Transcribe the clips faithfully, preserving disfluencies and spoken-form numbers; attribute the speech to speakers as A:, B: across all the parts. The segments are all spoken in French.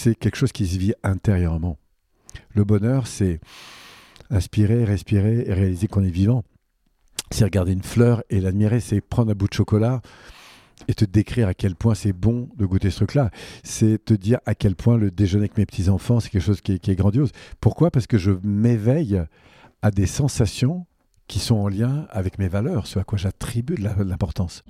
A: c'est quelque chose qui se vit intérieurement. Le bonheur, c'est inspirer, respirer et réaliser qu'on est vivant. C'est regarder une fleur et l'admirer, c'est prendre un bout de chocolat et te décrire à quel point c'est bon de goûter ce truc-là. C'est te dire à quel point le déjeuner avec mes petits-enfants, c'est quelque chose qui est, qui est grandiose. Pourquoi ? Parce que je m'éveille à des sensations qui sont en lien avec mes valeurs, ce à quoi j'attribue de, la, de l'importance.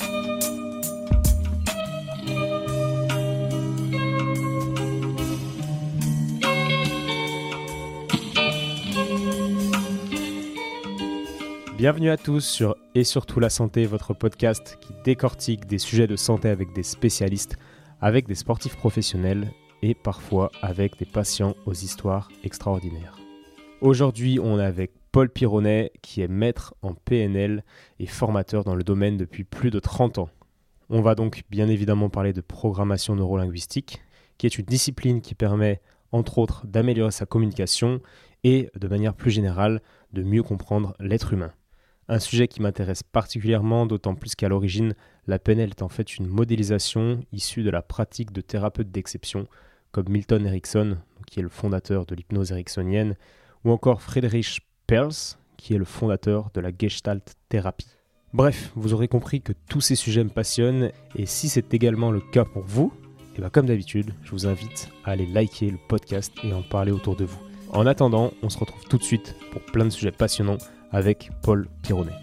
B: Bienvenue à tous sur Et surtout la santé, votre podcast qui décortique des sujets de santé avec des spécialistes, avec des sportifs professionnels et parfois avec des patients aux histoires extraordinaires. Aujourd'hui, on est avec Paul Pironnet qui est maître en P N L et formateur dans le domaine depuis plus de trente ans. On va donc bien évidemment parler de programmation neurolinguistique, qui est une discipline qui permet entre autres d'améliorer sa communication et de manière plus générale de mieux comprendre l'être humain. Un sujet qui m'intéresse particulièrement, d'autant plus qu'à l'origine, la P N L est en fait une modélisation issue de la pratique de thérapeutes d'exception, comme Milton Erickson, qui est le fondateur de l'hypnose ericksonienne, ou encore Friedrich Perls, qui est le fondateur de la Gestalt thérapie. Bref, vous aurez compris que tous ces sujets me passionnent, et si c'est également le cas pour vous, et bien comme d'habitude, je vous invite à aller liker le podcast et en parler autour de vous. En attendant, on se retrouve tout de suite pour plein de sujets passionnants avec Paul Pironnet.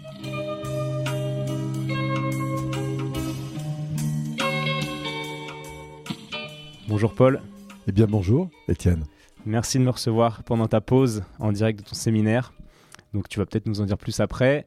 B: Bonjour Paul.
A: Eh bien bonjour Étienne.
B: Merci de me recevoir pendant ta pause en direct de ton séminaire. Donc tu vas peut-être nous en dire plus après.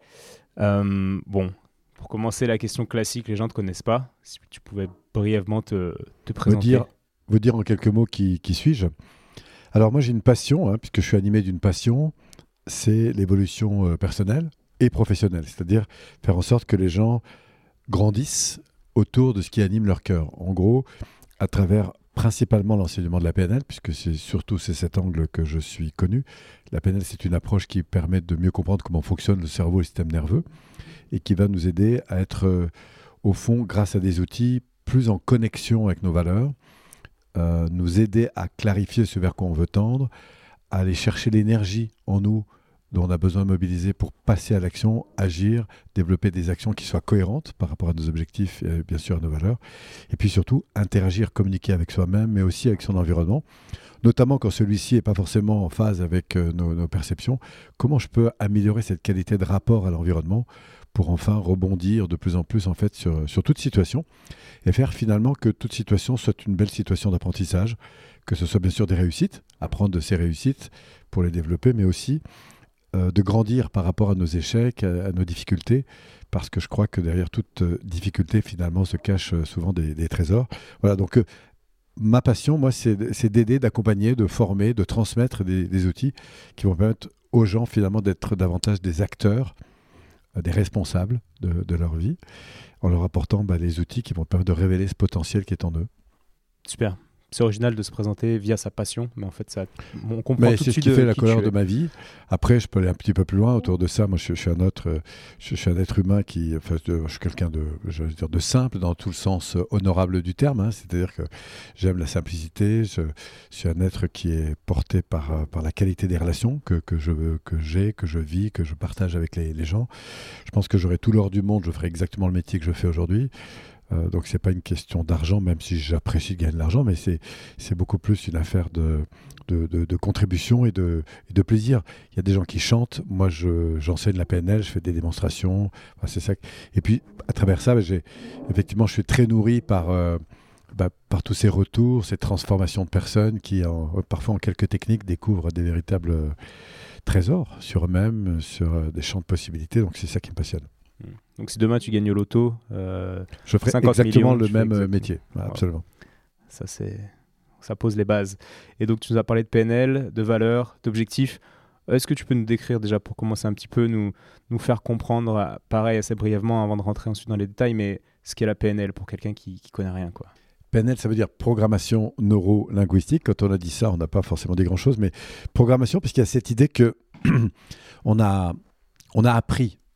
B: Euh, bon, pour commencer, la question classique, les gens ne te connaissent pas. Si tu pouvais brièvement te, te présenter.
A: Vous dire, vous dire en quelques mots qui, qui suis-je ? Alors moi j'ai une passion, hein, puisque je suis animé d'une passion, c'est l'évolution euh, personnelle et professionnelle. C'est-à-dire faire en sorte que les gens grandissent autour de ce qui anime leur cœur. En gros, à travers principalement l'enseignement de la P N L, puisque c'est surtout c'est cet angle que je suis connu. La P N L, c'est une approche qui permet de mieux comprendre comment fonctionne le cerveau et le système nerveux et qui va nous aider à être, euh, au fond, grâce à des outils, plus en connexion avec nos valeurs, euh, nous aider à clarifier ce vers quoi on veut tendre, à aller chercher l'énergie en nous dont on a besoin de mobiliser pour passer à l'action, agir, développer des actions qui soient cohérentes par rapport à nos objectifs et bien sûr à nos valeurs. Et puis surtout, interagir, communiquer avec soi-même, mais aussi avec son environnement, notamment quand celui-ci n'est pas forcément en phase avec euh, nos, nos perceptions. Comment je peux améliorer cette qualité de rapport à l'environnement pour enfin rebondir de plus en plus en fait, sur, sur toute situation et faire finalement que toute situation soit une belle situation d'apprentissage, que ce soit bien sûr des réussites, apprendre de ces réussites pour les développer, mais aussi euh, de grandir par rapport à nos échecs, à, à nos difficultés, parce que je crois que derrière toute euh, difficulté, finalement, se cachent euh, souvent des, des trésors. Voilà, donc euh, ma passion, moi, c'est, c'est d'aider, d'accompagner, de former, de transmettre des, des outils qui vont permettre aux gens, finalement, d'être davantage des acteurs, euh, des responsables de, de leur vie, en leur apportant bah, les outils qui vont permettre de révéler ce potentiel qui est en eux.
B: Super. C'est original de se présenter via sa passion, mais en fait, ça, on comprend
A: mais
B: tout de suite.
A: C'est ce qui fait la
B: qui
A: couleur de ma vie. Après, je peux aller un petit peu plus loin autour de ça. Moi, je, je suis un autre, je, je suis un être humain qui, enfin, je, je suis quelqu'un de, je veux dire, de simple dans tout le sens honorable du terme. Hein. C'est-à-dire que j'aime la simplicité. Je, je suis un être qui est porté par par la qualité des relations que que je veux, que j'ai, que je vis, que je partage avec les, les gens. Je pense que j'aurais tout l'or du monde. Je ferais exactement le métier que je fais aujourd'hui. Euh, donc, ce n'est pas une question d'argent, même si j'apprécie de gagner de l'argent, mais c'est, c'est beaucoup plus une affaire de, de, de, de contribution et de, et de plaisir. Il y a des gens qui chantent. Moi, je, j'enseigne la P N L, je fais des démonstrations. Enfin, c'est ça. Et puis, à travers ça, j'ai, effectivement, je suis très nourri par, euh, bah, par tous ces retours, ces transformations de personnes qui, en, parfois, en quelques techniques, découvrent des véritables euh, trésors sur eux-mêmes, sur euh, des champs de possibilités. Donc, c'est ça qui me passionne.
B: Donc si demain tu gagnes au loto, euh,
A: je ferai exactement le même exactement. métier, ouais, absolument.
B: Ça, c'est... ça pose les bases. Et donc tu nous as parlé de P N L, de valeurs, d'objectifs. Est-ce que tu peux nous décrire déjà pour commencer un petit peu, nous, nous faire comprendre, pareil assez brièvement avant de rentrer ensuite dans les détails, mais ce qu'est la P N L pour quelqu'un qui ne connaît rien, quoi.
A: P N L, ça veut dire programmation neuro-linguistique. Quand on a dit ça, on n'a pas forcément dit grand-chose, mais programmation, parce qu'il y a cette idée que on a, on a appris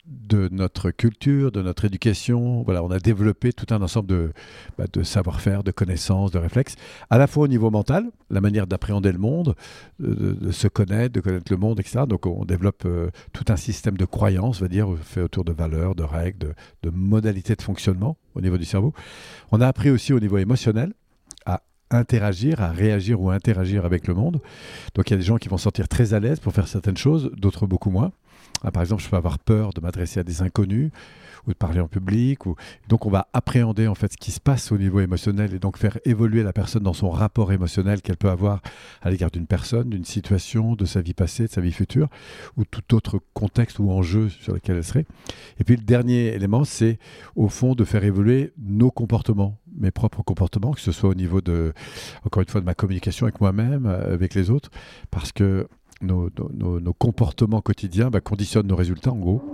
A: de notre culture, de notre éducation. Voilà, on a développé tout un ensemble de, bah, de savoir-faire, de connaissances, de réflexes, à la fois au niveau mental, la manière d'appréhender le monde, de, de, de se connaître, de connaître le monde, et cetera. Donc on développe euh, tout un système de croyances, on va dire, fait autour de valeurs, de règles, de, de modalités de fonctionnement au niveau du cerveau. On a appris aussi au niveau émotionnel à interagir, à réagir ou à interagir avec le monde. Donc il y a des gens qui vont se sentir très à l'aise pour faire certaines choses, d'autres beaucoup moins. Ah, par exemple, je peux avoir peur de m'adresser à des inconnus ou de parler en public. Ou... Donc, on va appréhender en fait ce qui se passe au niveau émotionnel et donc faire évoluer la personne dans son rapport émotionnel qu'elle peut avoir à l'égard d'une personne, d'une situation, de sa vie passée, de sa vie future ou tout autre contexte ou enjeu sur lequel elle serait. Et puis, le dernier élément, c'est au fond de faire évoluer nos comportements, mes propres comportements, que ce soit au niveau de, encore une fois, de ma communication avec moi-même, avec les autres, parce que Nos, nos, nos comportements quotidiens bah, conditionnent nos résultats en gros.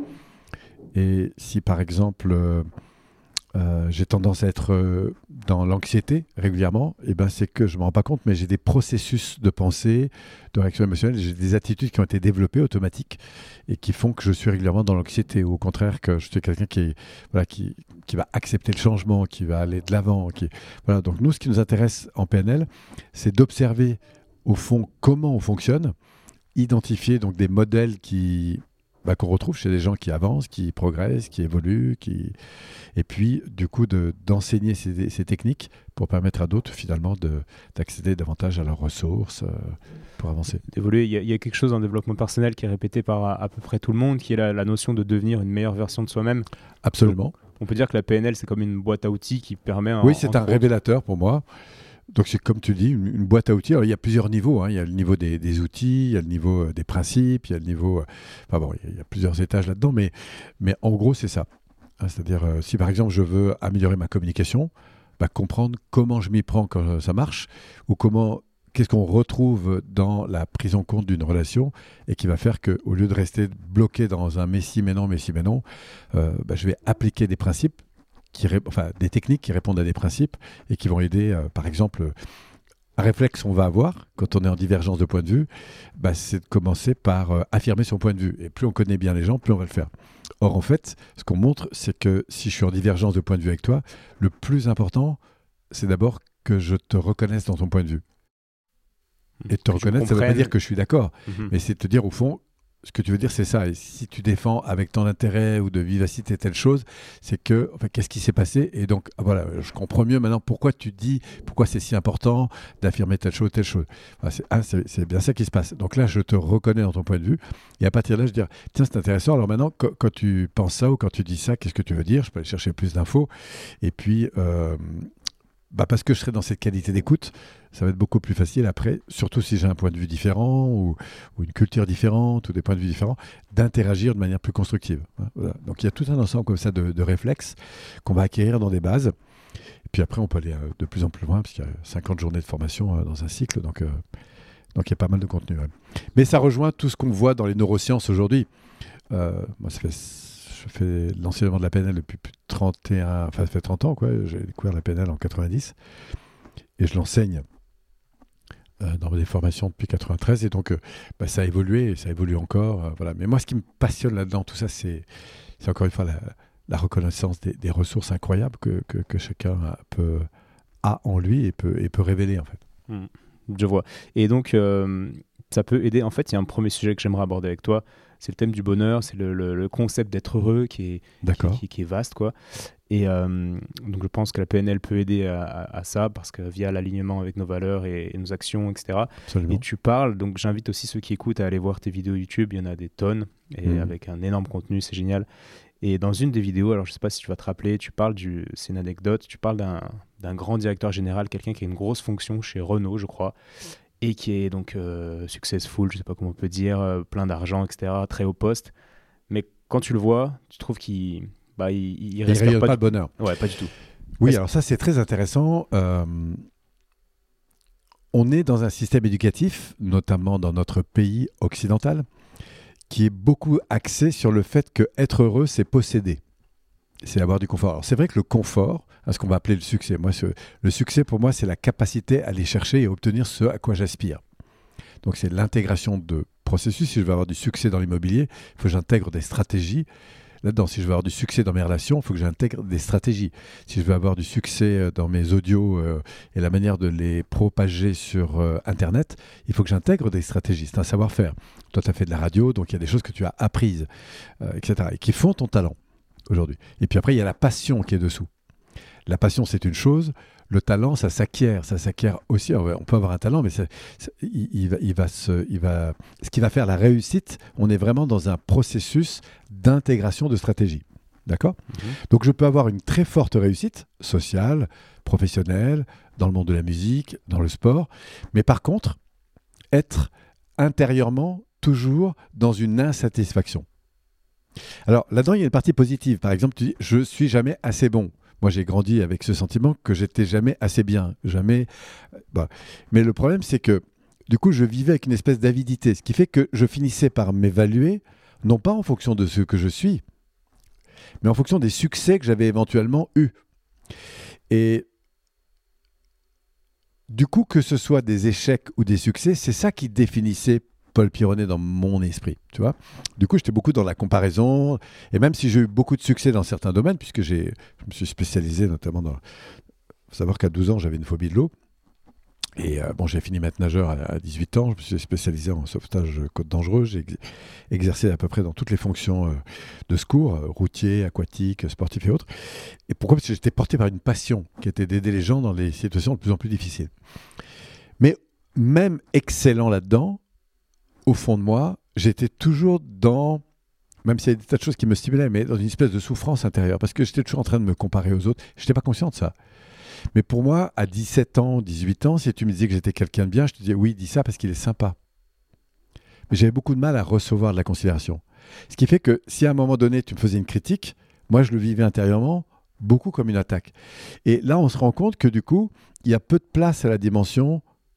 A: Et si par exemple euh, euh, j'ai tendance à être euh, dans l'anxiété régulièrement, et ben, c'est que je ne me rends pas compte, mais j'ai des processus de pensée, de réaction émotionnelle, j'ai des attitudes qui ont été développées automatiques et qui font que je suis régulièrement dans l'anxiété, ou au contraire que je suis quelqu'un qui, voilà, qui, qui va accepter le changement, qui va aller de l'avant. Qui... Voilà. Donc nous, ce qui nous intéresse en P N L, c'est d'observer au fond comment on fonctionne, identifier donc des modèles qui, bah, qu'on retrouve chez des gens qui avancent, qui progressent, qui évoluent, qui... et puis du coup de, d'enseigner ces, ces techniques pour permettre à d'autres finalement de, d'accéder davantage à leurs ressources euh, pour avancer.
B: D'évoluer, il y, y a quelque chose en développement personnel qui est répété par à, à peu près tout le monde, qui est la, la notion de devenir une meilleure version de soi-même.
A: Absolument.
B: Donc, on peut dire que la P N L, c'est comme une boîte à outils qui permet...
A: Oui, en, c'est un
B: autres...
A: révélateur pour moi. Donc c'est comme tu dis, une, une boîte à outils. Alors il y a plusieurs niveaux. Hein. Il y a le niveau des, des outils, il y a le niveau euh, des principes, il y a le niveau... Euh, enfin bon, il y, a, il y a plusieurs étages là-dedans, mais, mais en gros c'est ça. Hein, c'est-à-dire euh, si par exemple je veux améliorer ma communication, bah, comprendre comment je m'y prends quand ça marche, ou comment... Qu'est-ce qu'on retrouve dans la prise en compte d'une relation et qui va faire qu'au lieu de rester bloqué dans un mais si, mais non, mais si, mais non, euh, bah, je vais appliquer des principes Qui ré... enfin, des techniques qui répondent à des principes et qui vont aider, euh, par exemple, un réflexe qu'on va avoir quand on est en divergence de point de vue, bah, c'est de commencer par euh, affirmer son point de vue. Et plus on connaît bien les gens, plus on va le faire. Or, en fait, ce qu'on montre, c'est que si je suis en divergence de point de vue avec toi, le plus important, c'est d'abord que je te reconnaisse dans ton point de vue. Et te reconnaître, ça ne veut pas dire que je suis d'accord, mmh. mais c'est de te dire, au fond, ce que tu veux dire, c'est ça. Et si tu défends avec ton intérêt ou de vivacité telle chose, c'est que, enfin, qu'est-ce qui s'est passé ? Et donc, voilà, je comprends mieux maintenant pourquoi tu dis, pourquoi c'est si important d'affirmer telle chose, telle chose. Enfin, c'est, ah, c'est, c'est bien ça qui se passe. Donc là, je te reconnais dans ton point de vue. Et à partir de là, je dis, tiens, c'est intéressant. Alors maintenant, quand, quand tu penses ça ou quand tu dis ça, qu'est-ce que tu veux dire ? Je peux aller chercher plus d'infos. Et puis... Euh, Bah parce que je serai dans cette qualité d'écoute, ça va être beaucoup plus facile après, surtout si j'ai un point de vue différent ou, ou une culture différente ou des points de vue différents, d'interagir de manière plus constructive. Voilà. Donc il y a tout un ensemble comme ça de, de réflexes qu'on va acquérir dans des bases. Et puis après, on peut aller de plus en plus loin, parce qu'il y a cinquante journées de formation dans un cycle, donc, euh, donc il y a pas mal de contenu. Ouais. Mais ça rejoint tout ce qu'on voit dans les neurosciences aujourd'hui. Euh, moi, ça fait... Je fais l'enseignement de la P N L depuis plus de trente et un, enfin ça fait trente ans, quoi. J'ai découvert la P N L en quatre-vingt-dix et je l'enseigne euh, dans des formations depuis quatre-vingt-treize et donc euh, bah, ça a évolué et ça évolue encore. Euh, voilà. Mais moi, ce qui me passionne là-dedans, tout ça, c'est, c'est encore une fois la, la reconnaissance des, des ressources incroyables que, que, que chacun peut, a en lui et peut, et peut révéler en fait.
B: Mmh, je vois. Et donc, euh, ça peut aider. En fait, il y a un premier sujet que j'aimerais aborder avec toi. C'est le thème du bonheur, c'est le, le, le concept d'être heureux qui est, qui, qui, qui est vaste, quoi. Et euh, donc je pense que la P N L peut aider à, à, à ça, parce que via l'alignement avec nos valeurs et, et nos actions, et cetera.
A: Absolument.
B: Et tu parles, donc j'invite aussi ceux qui écoutent à aller voir tes vidéos YouTube, il y en a des tonnes, et mmh. avec un énorme contenu, c'est génial. Et dans une des vidéos, alors je ne sais pas si tu vas te rappeler, tu parles du, c'est une anecdote, tu parles d'un, d'un grand directeur général, quelqu'un qui a une grosse fonction chez Renault, je crois, et qui est donc euh, successful, je ne sais pas comment on peut dire, euh, plein d'argent, et cetera, très haut poste. Mais quand tu le vois, tu trouves qu'il bah, il, il respire
A: il
B: pas,
A: pas
B: du...
A: le bonheur.
B: Ouais, pas du tout.
A: Oui,
B: Est-ce...
A: alors ça, c'est très intéressant. Euh, on est dans un système éducatif, notamment dans notre pays occidental, qui est beaucoup axé sur le fait que être heureux, c'est posséder. C'est avoir du confort. Alors, c'est vrai que le confort, à ce qu'on va appeler le succès, moi, ce, le succès, pour moi, c'est la capacité à aller chercher et obtenir ce à quoi j'aspire. Donc, c'est l'intégration de processus. Si je veux avoir du succès dans l'immobilier, il faut que j'intègre des stratégies, là-dedans. Si je veux avoir du succès dans mes relations, il faut que j'intègre des stratégies. Si je veux avoir du succès dans mes audios euh, et la manière de les propager sur euh, Internet, il faut que j'intègre des stratégies. C'est un savoir-faire. Toi, tu as fait de la radio, donc il y a des choses que tu as apprises, euh, et cetera, et qui font ton talent aujourd'hui. Et puis après, il y a la passion qui est dessous. La passion, c'est une chose. Le talent, ça s'acquiert, ça s'acquiert aussi. On peut avoir un talent, mais ça, ça, il, il, va, il va se, il va, ce qui va faire la réussite, on est vraiment dans un processus d'intégration de stratégie. D'accord ? Mmh. Donc, je peux avoir une très forte réussite sociale, professionnelle, dans le monde de la musique, dans le sport, mais par contre, être intérieurement toujours dans une insatisfaction. Alors, là-dedans, il y a une partie positive. Par exemple, tu dis « je ne suis jamais assez bon ». Moi, j'ai grandi avec ce sentiment que j'étais jamais assez bien, jamais. Bah. Mais le problème, c'est que du coup, je vivais avec une espèce d'avidité, ce qui fait que je finissais par m'évaluer, non pas en fonction de ce que je suis, mais en fonction des succès que j'avais éventuellement eus. Et du coup, que ce soit des échecs ou des succès, c'est ça qui définissait Paul Pironnet dans mon esprit, tu vois. Du coup, j'étais beaucoup dans la comparaison, et même si j'ai eu beaucoup de succès dans certains domaines, puisque j'ai, je me suis spécialisé notamment dans... Il faut savoir qu'à douze ans, j'avais une phobie de l'eau, et euh, bon, j'ai fini maître nageur à, à dix-huit ans, je me suis spécialisé en sauvetage côte dangereuse, j'ai ex- exercé à peu près dans toutes les fonctions euh, de secours, euh, routier, aquatique, sportif et autres. Et pourquoi ? Parce que j'étais porté par une passion, qui était d'aider les gens dans les situations de plus en plus difficiles. Mais même excellent là-dedans, au fond de moi, j'étais toujours dans, même s'il y a des tas de choses qui me stimulaient, mais dans une espèce de souffrance intérieure, parce que j'étais toujours en train de me comparer aux autres. Je n'étais pas conscient de ça. Mais pour moi, à dix-sept ans, dix-huit ans, si tu me disais que j'étais quelqu'un de bien, je te disais oui, dis ça parce qu'il est sympa. Mais j'avais beaucoup de mal à recevoir de la considération. Ce qui fait que si à un moment donné, tu me faisais une critique, moi, je le vivais intérieurement beaucoup comme une attaque. Et là, on se rend compte que du coup, il y a peu de place à la dimension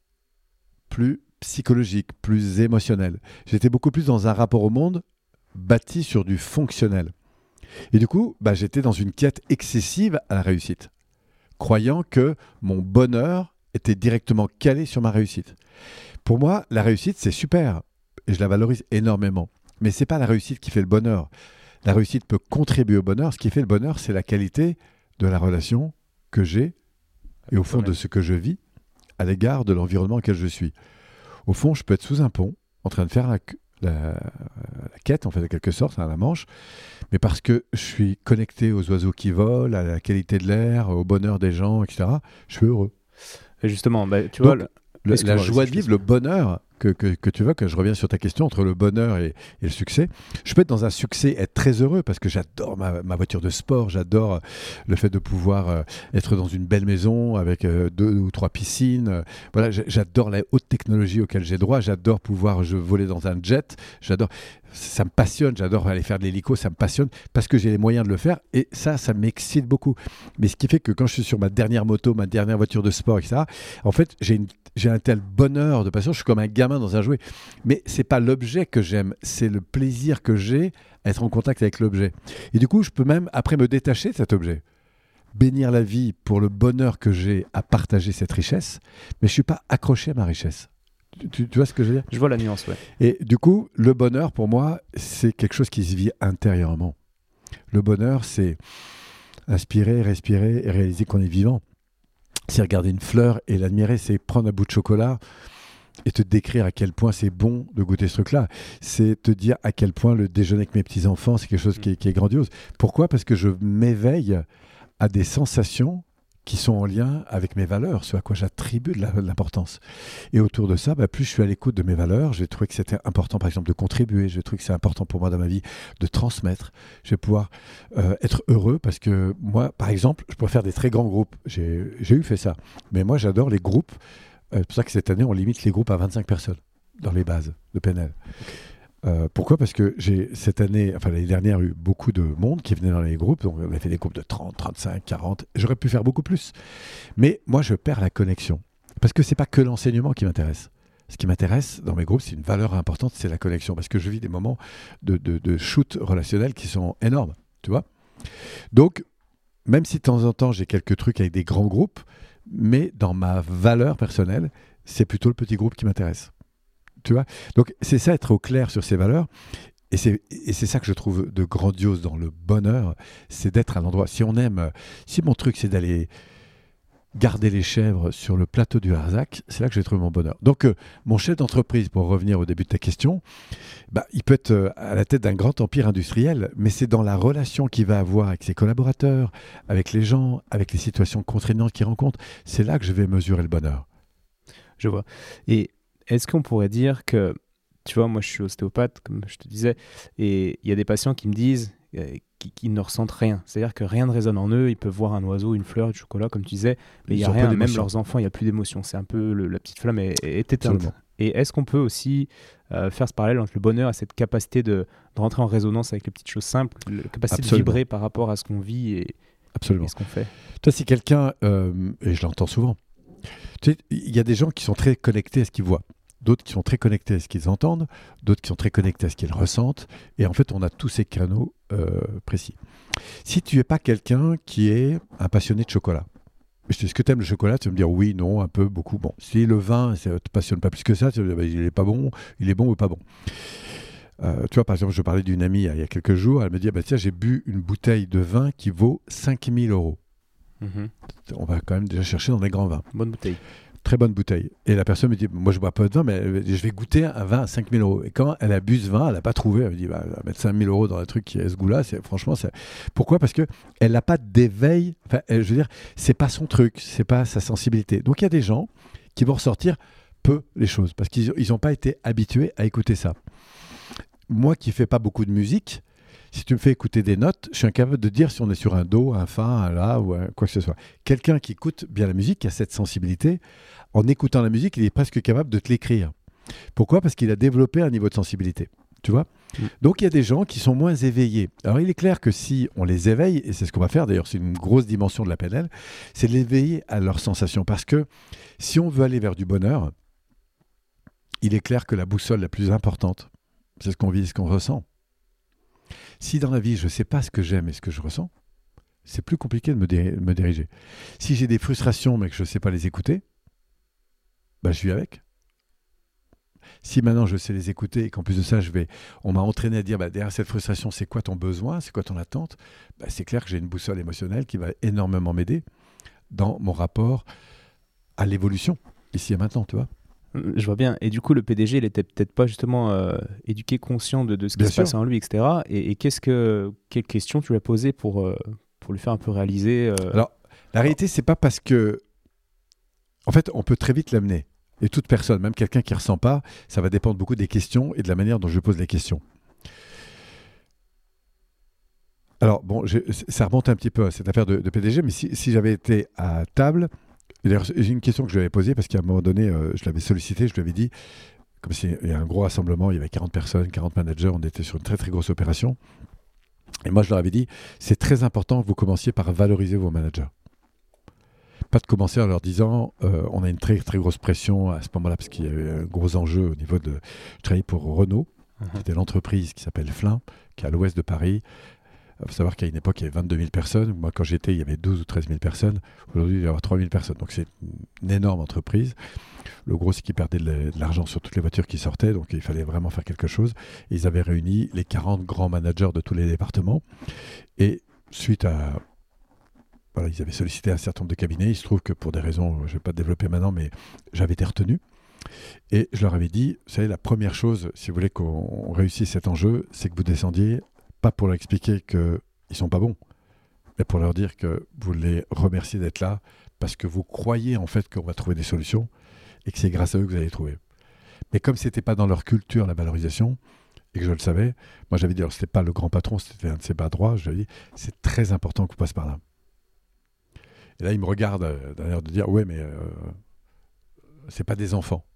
A: plus psychologique, plus émotionnel. J'étais beaucoup plus dans un rapport au monde bâti sur du fonctionnel. Et du coup, bah, j'étais dans une quête excessive à la réussite, croyant que mon bonheur était directement calé sur ma réussite. Pour moi, la réussite, c'est super, et je la valorise énormément. Mais ce n'est pas la réussite qui fait le bonheur. La réussite peut contribuer au bonheur. Ce qui fait le bonheur, c'est la qualité de la relation que j'ai, et au fond de ce que je vis, à l'égard de l'environnement auquel je suis. Au fond, je peux être sous un pont, en train de faire la, la, la quête, en fait, de quelque sorte, à la Manche, mais parce que je suis connecté aux oiseaux qui volent, à la qualité de l'air, au bonheur des gens, et cetera, je suis heureux.
B: Et justement, bah, tu
A: Donc,
B: vois...
A: Le, la joie de vivre, le bonheur que, que, que tu veux, que je reviens sur ta question, entre le bonheur et, et le succès. Je peux être dans un succès, être très heureux, parce que j'adore ma, ma voiture de sport, j'adore le fait de pouvoir euh, être dans une belle maison avec euh, deux ou trois piscines. Euh, voilà, j'adore la haute technologie auquel j'ai droit, j'adore pouvoir je, voler dans un jet, j'adore... Ça me passionne, j'adore aller faire de l'hélico, ça me passionne parce que j'ai les moyens de le faire et ça, ça m'excite beaucoup. Mais ce qui fait que quand je suis sur ma dernière moto, ma dernière voiture de sport, et cetera, en fait, j'ai, une, j'ai un tel bonheur de passion, je suis comme un gamin dans un jouet. Mais ce n'est pas l'objet que j'aime, c'est le plaisir que j'ai à être en contact avec l'objet. Et du coup, je peux même après me détacher de cet objet, bénir la vie pour le bonheur que j'ai à partager cette richesse, mais je ne suis pas accroché à ma richesse. Tu, tu vois ce que je veux dire ?
B: Je vois la nuance, ouais.
A: Et du coup, le bonheur, pour moi, c'est quelque chose qui se vit intérieurement. Le bonheur, c'est inspirer, respirer et réaliser qu'on est vivant. C'est regarder une fleur et l'admirer, c'est prendre un bout de chocolat et te décrire à quel point c'est bon de goûter ce truc-là. C'est te dire à quel point le déjeuner avec mes petits-enfants, c'est quelque chose qui est, qui est grandiose. Pourquoi ? Parce que je m'éveille à des sensations qui sont en lien avec mes valeurs, ce à quoi j'attribue de, la, de l'importance. Et autour de ça, bah, plus je suis à l'écoute de mes valeurs, je vais trouver que c'était important, par exemple, de contribuer, je vais trouver que c'est important pour moi dans ma vie de transmettre, je vais pouvoir euh, être heureux, parce que moi, par exemple, je pourrais faire des très grands groupes, j'ai, j'ai eu fait ça, mais moi j'adore les groupes, euh, c'est pour ça que cette année, on limite les groupes à vingt-cinq personnes, dans les bases de P N L. Okay. Euh, pourquoi ? Parce que j'ai cette année, enfin l'année dernière, eu beaucoup de monde qui venait dans les groupes. Donc on a fait des groupes de trente, trente-cinq, quarante. J'aurais pu faire beaucoup plus. Mais moi, je perds la connexion. Parce que c'est pas que l'enseignement qui m'intéresse. Ce qui m'intéresse dans mes groupes, c'est une valeur importante, c'est la connexion. Parce que je vis des moments de, de, de shoot relationnel qui sont énormes. Tu vois ? Donc, même si de temps en temps, j'ai quelques trucs avec des grands groupes, mais dans ma valeur personnelle, c'est plutôt le petit groupe qui m'intéresse. Tu vois ? Donc, c'est ça, être au clair sur ses valeurs. Et c'est, et c'est ça que je trouve de grandiose dans le bonheur, c'est d'être à l'endroit. Si on aime, si mon truc c'est d'aller garder les chèvres sur le plateau du Larzac, c'est là que j'ai trouvé mon bonheur. Donc, euh, mon chef d'entreprise, pour revenir au début de ta question, bah, il peut être euh, à la tête d'un grand empire industriel, mais c'est dans la relation qu'il va avoir avec ses collaborateurs, avec les gens, avec les situations contraignantes qu'il rencontre. C'est là que je vais mesurer le bonheur.
B: Je vois. Et est-ce qu'on pourrait dire que, tu vois, moi je suis ostéopathe, comme je te disais, et il y a des patients qui me disent euh, qui, qui ne ressentent rien. C'est-à-dire que rien ne résonne en eux. Ils peuvent voir un oiseau, une fleur, du chocolat, comme tu disais, mais il n'y a rien. Même leurs enfants, il n'y a plus d'émotion. C'est un peu le, la petite flamme est, est éteinte.
A: Absolument.
B: Et est-ce qu'on peut aussi euh, faire ce parallèle entre le bonheur et cette capacité de, de rentrer en résonance avec les petites choses simples, la capacité Absolument. de vibrer par rapport à ce qu'on vit et,
A: Absolument.
B: et ce qu'on fait?
A: Toi, si quelqu'un, euh, et je l'entends souvent, tu sais, il y a des gens qui sont très connectés à ce qu'ils voient, d'autres qui sont très connectés à ce qu'ils entendent, d'autres qui sont très connectés à ce qu'ils ressentent, et en fait, on a tous ces canaux euh, précis. Si tu n'es pas quelqu'un qui est un passionné de chocolat, je te dis, est-ce que tu aimes le chocolat? Tu vas me dire oui, non, un peu, beaucoup. Bon, si le vin, ça ne te passionne pas plus que ça, tu vas me dire, il n'est pas bon, il est bon ou pas bon. Euh, tu vois, par exemple, je parlais d'une amie il y a quelques jours, elle me dit, ah bah, tiens, j'ai bu une bouteille de vin qui vaut cinq mille euros. Mmh. On va quand même déjà chercher dans les grands vins.
B: Bonne bouteille.
A: Très bonne bouteille. Et la personne me dit, moi je bois pas de vin, mais je vais goûter un vin à cinq mille euros. Et quand elle a bu ce vin, elle n'a pas trouvé, elle me dit, bah, elle va mettre cinq mille euros dans un truc qui est ce goût-là. C'est, franchement, c'est... Pourquoi? Parce qu'elle n'a pas d'éveil, enfin, elle, je veux dire, c'est pas son truc, c'est pas sa sensibilité. Donc il y a des gens qui vont ressortir peu les choses, parce qu'ils n'ont pas été habitués à écouter ça. Moi qui ne fais pas beaucoup de musique, si tu me fais écouter des notes, je suis incapable de dire si on est sur un do, un fa, un la ou un quoi que ce soit. Quelqu'un qui écoute bien la musique, qui a cette sensibilité, en écoutant la musique, il est presque capable de te l'écrire. Pourquoi? Parce qu'il a développé un niveau de sensibilité. Tu vois? Mmh. Donc il y a des gens qui sont moins éveillés. Alors il est clair que si on les éveille, et c'est ce qu'on va faire, d'ailleurs c'est une grosse dimension de la P N L, c'est de l'éveiller à leurs sensations. Parce que si on veut aller vers du bonheur, il est clair que la boussole la plus importante, c'est ce qu'on vit et ce qu'on ressent. Si dans la vie, je ne sais pas ce que j'aime et ce que je ressens, c'est plus compliqué de me, dé- me diriger. Si j'ai des frustrations mais que je ne sais pas les écouter, bah, je vis avec. Si maintenant je sais les écouter et qu'en plus de ça, je vais, on m'a entraîné à dire bah, derrière cette frustration, c'est quoi ton besoin, c'est quoi ton attente, bah, c'est clair que j'ai une boussole émotionnelle qui va énormément m'aider dans mon rapport à l'évolution, ici et maintenant, tu vois.
B: Je vois bien. Et du coup, le P D G, il n'était peut-être pas justement euh, éduqué, conscient de, de ce qui
A: Bien
B: se
A: sûr.
B: passe en lui, et cetera. Et, et qu'est-ce que, quelles questions tu lui as posées pour, euh, pour lui faire un peu réaliser euh...
A: Alors, la réalité, c'est pas parce que... En fait, on peut très vite l'amener. Et toute personne, même quelqu'un qui ne ressent pas, ça va dépendre beaucoup des questions et de la manière dont je pose les questions. Alors, bon, je, ça remonte un petit peu à cette affaire de, de P D G, mais si, si j'avais été à table... Et d'ailleurs, j'ai une question que je lui avais posée parce qu'à un moment donné, euh, je l'avais sollicité, je lui avais dit, comme s'il y a un gros rassemblement, il y avait quarante personnes, quarante managers, on était sur une très très grosse opération. Et moi, je leur avais dit, c'est très important que vous commenciez par valoriser vos managers. Pas de commencer en leur disant, euh, on a une très très grosse pression à ce moment-là, parce qu'il y avait un gros enjeu au niveau de... Je travaillais pour Renault, mmh. qui était l'entreprise qui s'appelle Flin, qui est à l'ouest de Paris. Il faut savoir qu'à une époque, il y avait vingt-deux mille personnes. Moi, quand j'étais, il y avait douze ou treize mille personnes. Aujourd'hui, il va y avoir trois mille personnes. Donc, c'est une énorme entreprise. Le gros, c'est qu'ils perdaient de l'argent sur toutes les voitures qui sortaient. Donc, il fallait vraiment faire quelque chose. Et ils avaient réuni les quarante grands managers de tous les départements. Et suite à... Voilà, ils avaient sollicité un certain nombre de cabinets. Il se trouve que pour des raisons, je ne vais pas développer maintenant, mais j'avais été retenu. Et je leur avais dit, vous savez, la première chose, si vous voulez qu'on réussisse cet enjeu, c'est que vous descendiez, pas pour leur expliquer qu'ils ne sont pas bons, mais pour leur dire que vous les remerciez d'être là, parce que vous croyez en fait qu'on va trouver des solutions, et que c'est grâce à eux que vous allez les trouver. Mais comme ce n'était pas dans leur culture, la valorisation, et que je le savais, moi j'avais dit, alors ce n'était pas le grand patron, c'était un de ses bras droits, je lui ai dit, c'est très important qu'on passe par là. Et là, il me regarde euh, d'un air de dire, ouais, mais euh, c'est pas des enfants.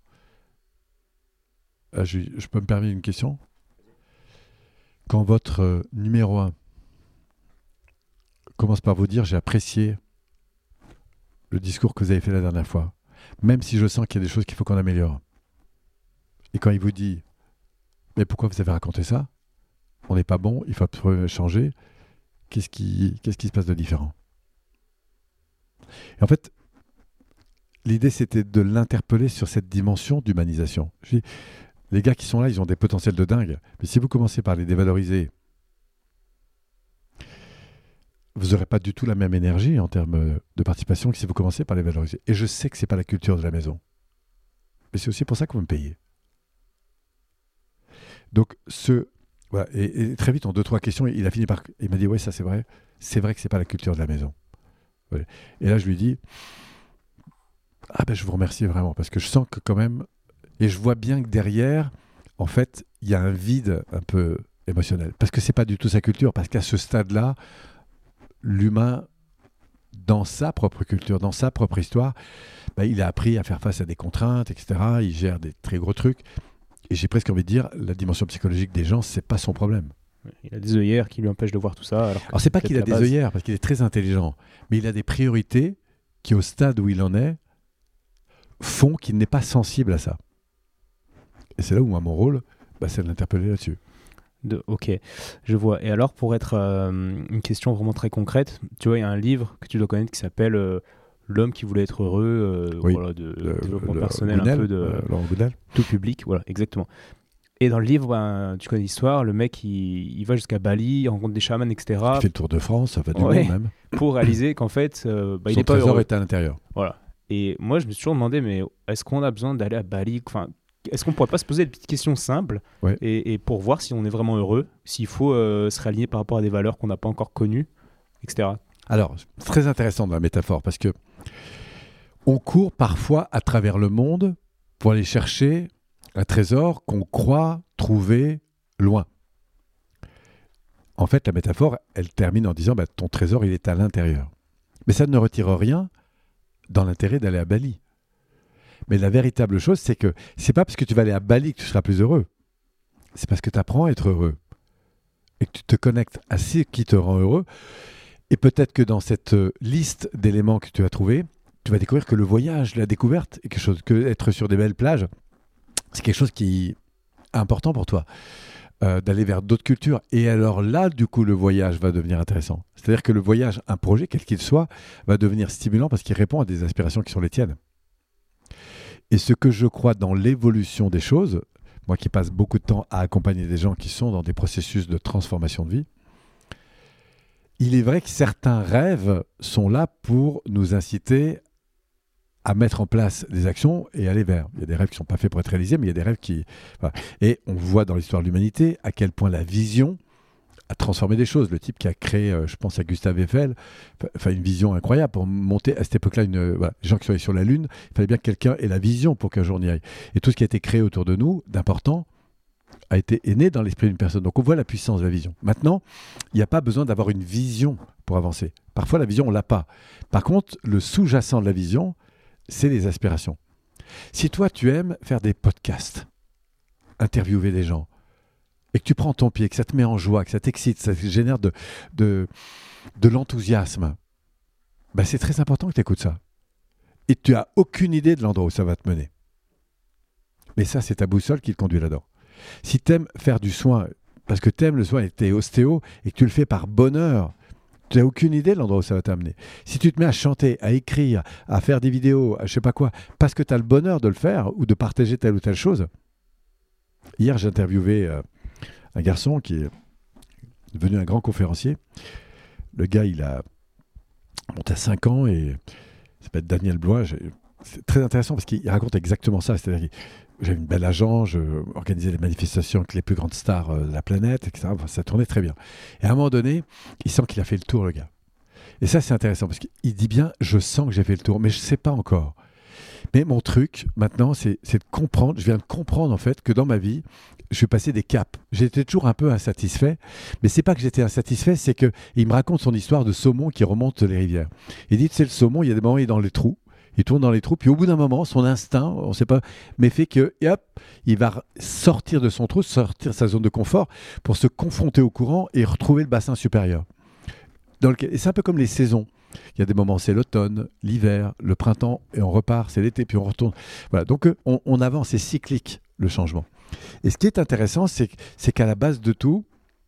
A: Là, je, je peux me permettre une question? Quand votre euh, numéro un commence par vous dire, j'ai apprécié le discours que vous avez fait la dernière fois, même si je sens qu'il y a des choses qu'il faut qu'on améliore. Et quand il vous dit, mais pourquoi vous avez raconté ça? On n'est pas bon, il faut changer. Qu'est-ce qui, qu'est-ce qui se passe de différent? Et en fait, l'idée, c'était de l'interpeller sur cette dimension d'humanisation. Je dis, Les gars qui sont là, ils ont des potentiels de dingue. Mais si vous commencez par les dévaloriser, vous n'aurez pas du tout la même énergie en termes de participation que si vous commencez par les valoriser. Et je sais que ce n'est pas la culture de la maison. Mais c'est aussi pour ça que vous me payez. Donc, ce... Voilà. Et, et très vite, en deux, trois questions, il a fini par... Il m'a dit, oui, ça c'est vrai. C'est vrai que ce n'est pas la culture de la maison. Ouais. Et là, je lui dis, ah ben, je vous remercie vraiment, parce que je sens que quand même... Et je vois bien que derrière, en fait, il y a un vide un peu émotionnel. Parce que ce n'est pas du tout sa culture. Parce qu'à ce stade-là, l'humain, dans sa propre culture, dans sa propre histoire, bah, il a appris à faire face à des contraintes, et cetera. Il gère des très gros trucs. Et j'ai presque envie de dire, la dimension psychologique des gens, c'est pas son problème.
B: Il a des œillères qui lui empêchent de voir tout ça. Alors,
A: alors c'est pas qu'il a des base... œillères, parce qu'il est très intelligent, mais il a des priorités qui, au stade où il en est, font qu'il n'est pas sensible à ça. Et c'est là où moi, mon rôle, bah, c'est de l'interpeller là-dessus.
B: De, ok, je vois. Et alors, pour être euh, une question vraiment très concrète, tu vois, il y a un livre que tu dois connaître qui s'appelle euh, L'homme qui voulait être heureux, euh,
A: oui,
B: voilà, de
A: le,
B: développement
A: le,
B: personnel,
A: Gounel,
B: un peu de
A: euh, Laurent Gounel.
B: Tout public, voilà, exactement. Et dans le livre, ben, tu connais l'histoire, le mec, il, il va jusqu'à Bali, il rencontre des chamans, et cetera.
A: Il fait le tour de France, ça va du
B: ouais,
A: monde même.
B: Pour réaliser qu'en fait, euh, bah,
A: son
B: il est pas
A: trésor
B: heureux.
A: est à l'intérieur.
B: Voilà. Et moi, je me suis toujours demandé, mais est-ce qu'on a besoin d'aller à Bali, enfin, est-ce qu'on ne pourrait pas se poser des petites questions simples
A: ouais.
B: et, et pour voir si on est vraiment heureux, s'il faut euh, se réaligner par rapport à des valeurs qu'on n'a pas encore connues, et cetera.
A: Alors, c'est très intéressant dans la métaphore, parce que on court parfois à travers le monde pour aller chercher un trésor qu'on croit trouver loin. En fait, la métaphore, elle termine en disant bah, ton trésor, il est à l'intérieur. Mais ça ne retire rien dans l'intérêt d'aller à Bali. Mais la véritable chose, c'est que c'est pas parce que tu vas aller à Bali que tu seras plus heureux. C'est parce que tu apprends à être heureux et que tu te connectes à ce qui te rend heureux. Et peut-être que dans cette liste d'éléments que tu as trouvés, tu vas découvrir que le voyage, la découverte, est quelque chose, que être sur des belles plages, c'est quelque chose qui est important pour toi, euh, d'aller vers d'autres cultures. Et alors là, du coup, le voyage va devenir intéressant. C'est-à-dire que le voyage, un projet, quel qu'il soit, va devenir stimulant parce qu'il répond à des aspirations qui sont les tiennes. Et ce que je crois dans l'évolution des choses, moi qui passe beaucoup de temps à accompagner des gens qui sont dans des processus de transformation de vie, il est vrai que certains rêves sont là pour nous inciter à mettre en place des actions et aller vers. Il y a des rêves qui ne sont pas faits pour être réalisés, mais il y a des rêves qui... Voilà. Et on voit dans l'histoire de l'humanité à quel point la vision a transformé des choses. Le type qui a créé, euh, je pense à Gustave Eiffel, enfin une vision incroyable pour monter à cette époque-là, une, voilà, les gens qui sont allés sur la Lune, il fallait bien que quelqu'un ait la vision pour qu'un jour on y aille. Et tout ce qui a été créé autour de nous, d'important, a été est né dans l'esprit d'une personne. Donc on voit la puissance de la vision. Maintenant, il n'y a pas besoin d'avoir une vision pour avancer. Parfois, la vision, on ne l'a pas. Par contre, le sous-jacent de la vision, c'est les aspirations. Si toi, tu aimes faire des podcasts, interviewer des gens, et que tu prends ton pied, que ça te met en joie, que ça t'excite, ça génère de, de, de l'enthousiasme, ben c'est très important que tu écoutes ça. Et tu n'as aucune idée de l'endroit où ça va te mener. Mais ça, c'est ta boussole qui te conduit là-dedans. Si tu aimes faire du soin, parce que tu aimes le soin et que tu es ostéo, et que tu le fais par bonheur, tu n'as aucune idée de l'endroit où ça va t'amener. Si tu te mets à chanter, à écrire, à faire des vidéos, à je sais pas quoi, parce que tu as le bonheur de le faire ou de partager telle ou telle chose. Hier, j'ai interviewé euh, un garçon qui est devenu un grand conférencier. Le gars, il a monté à cinq ans et il s'appelle Daniel Blois. J'ai... C'est très intéressant parce qu'il raconte exactement ça. C'est-à-dire que j'avais une belle agence, je organisais des manifestations avec les plus grandes stars de la planète, et cetera. Enfin, ça tournait très bien. Et à un moment donné, il sent qu'il a fait le tour, le gars. Et ça, c'est intéressant parce qu'il dit bien, je sens que j'ai fait le tour, mais je ne sais pas encore. Mais mon truc, maintenant, c'est, c'est de comprendre, je viens de comprendre en fait que dans ma vie, je suis passé des caps. J'étais toujours un peu insatisfait, mais c'est pas que j'étais insatisfait, c'est qu'il me raconte son histoire de saumon qui remonte les rivières. Il dit, tu sais, le saumon, il y a des moments où il est dans les trous, il tourne dans les trous, puis au bout d'un moment, son instinct, on ne sait pas, mais fait que, hop, il va sortir de son trou, sortir de sa zone de confort pour se confronter au courant et retrouver le bassin supérieur. Dans lequel, et c'est un peu comme les saisons. Il y a des moments, c'est l'automne, l'hiver, le printemps, et on repart, c'est l'été, puis on retourne. Voilà, donc on, on avance, c'est cyclique, le changement. Et ce qui est intéressant, c'est, c'est qu'à la base de tout,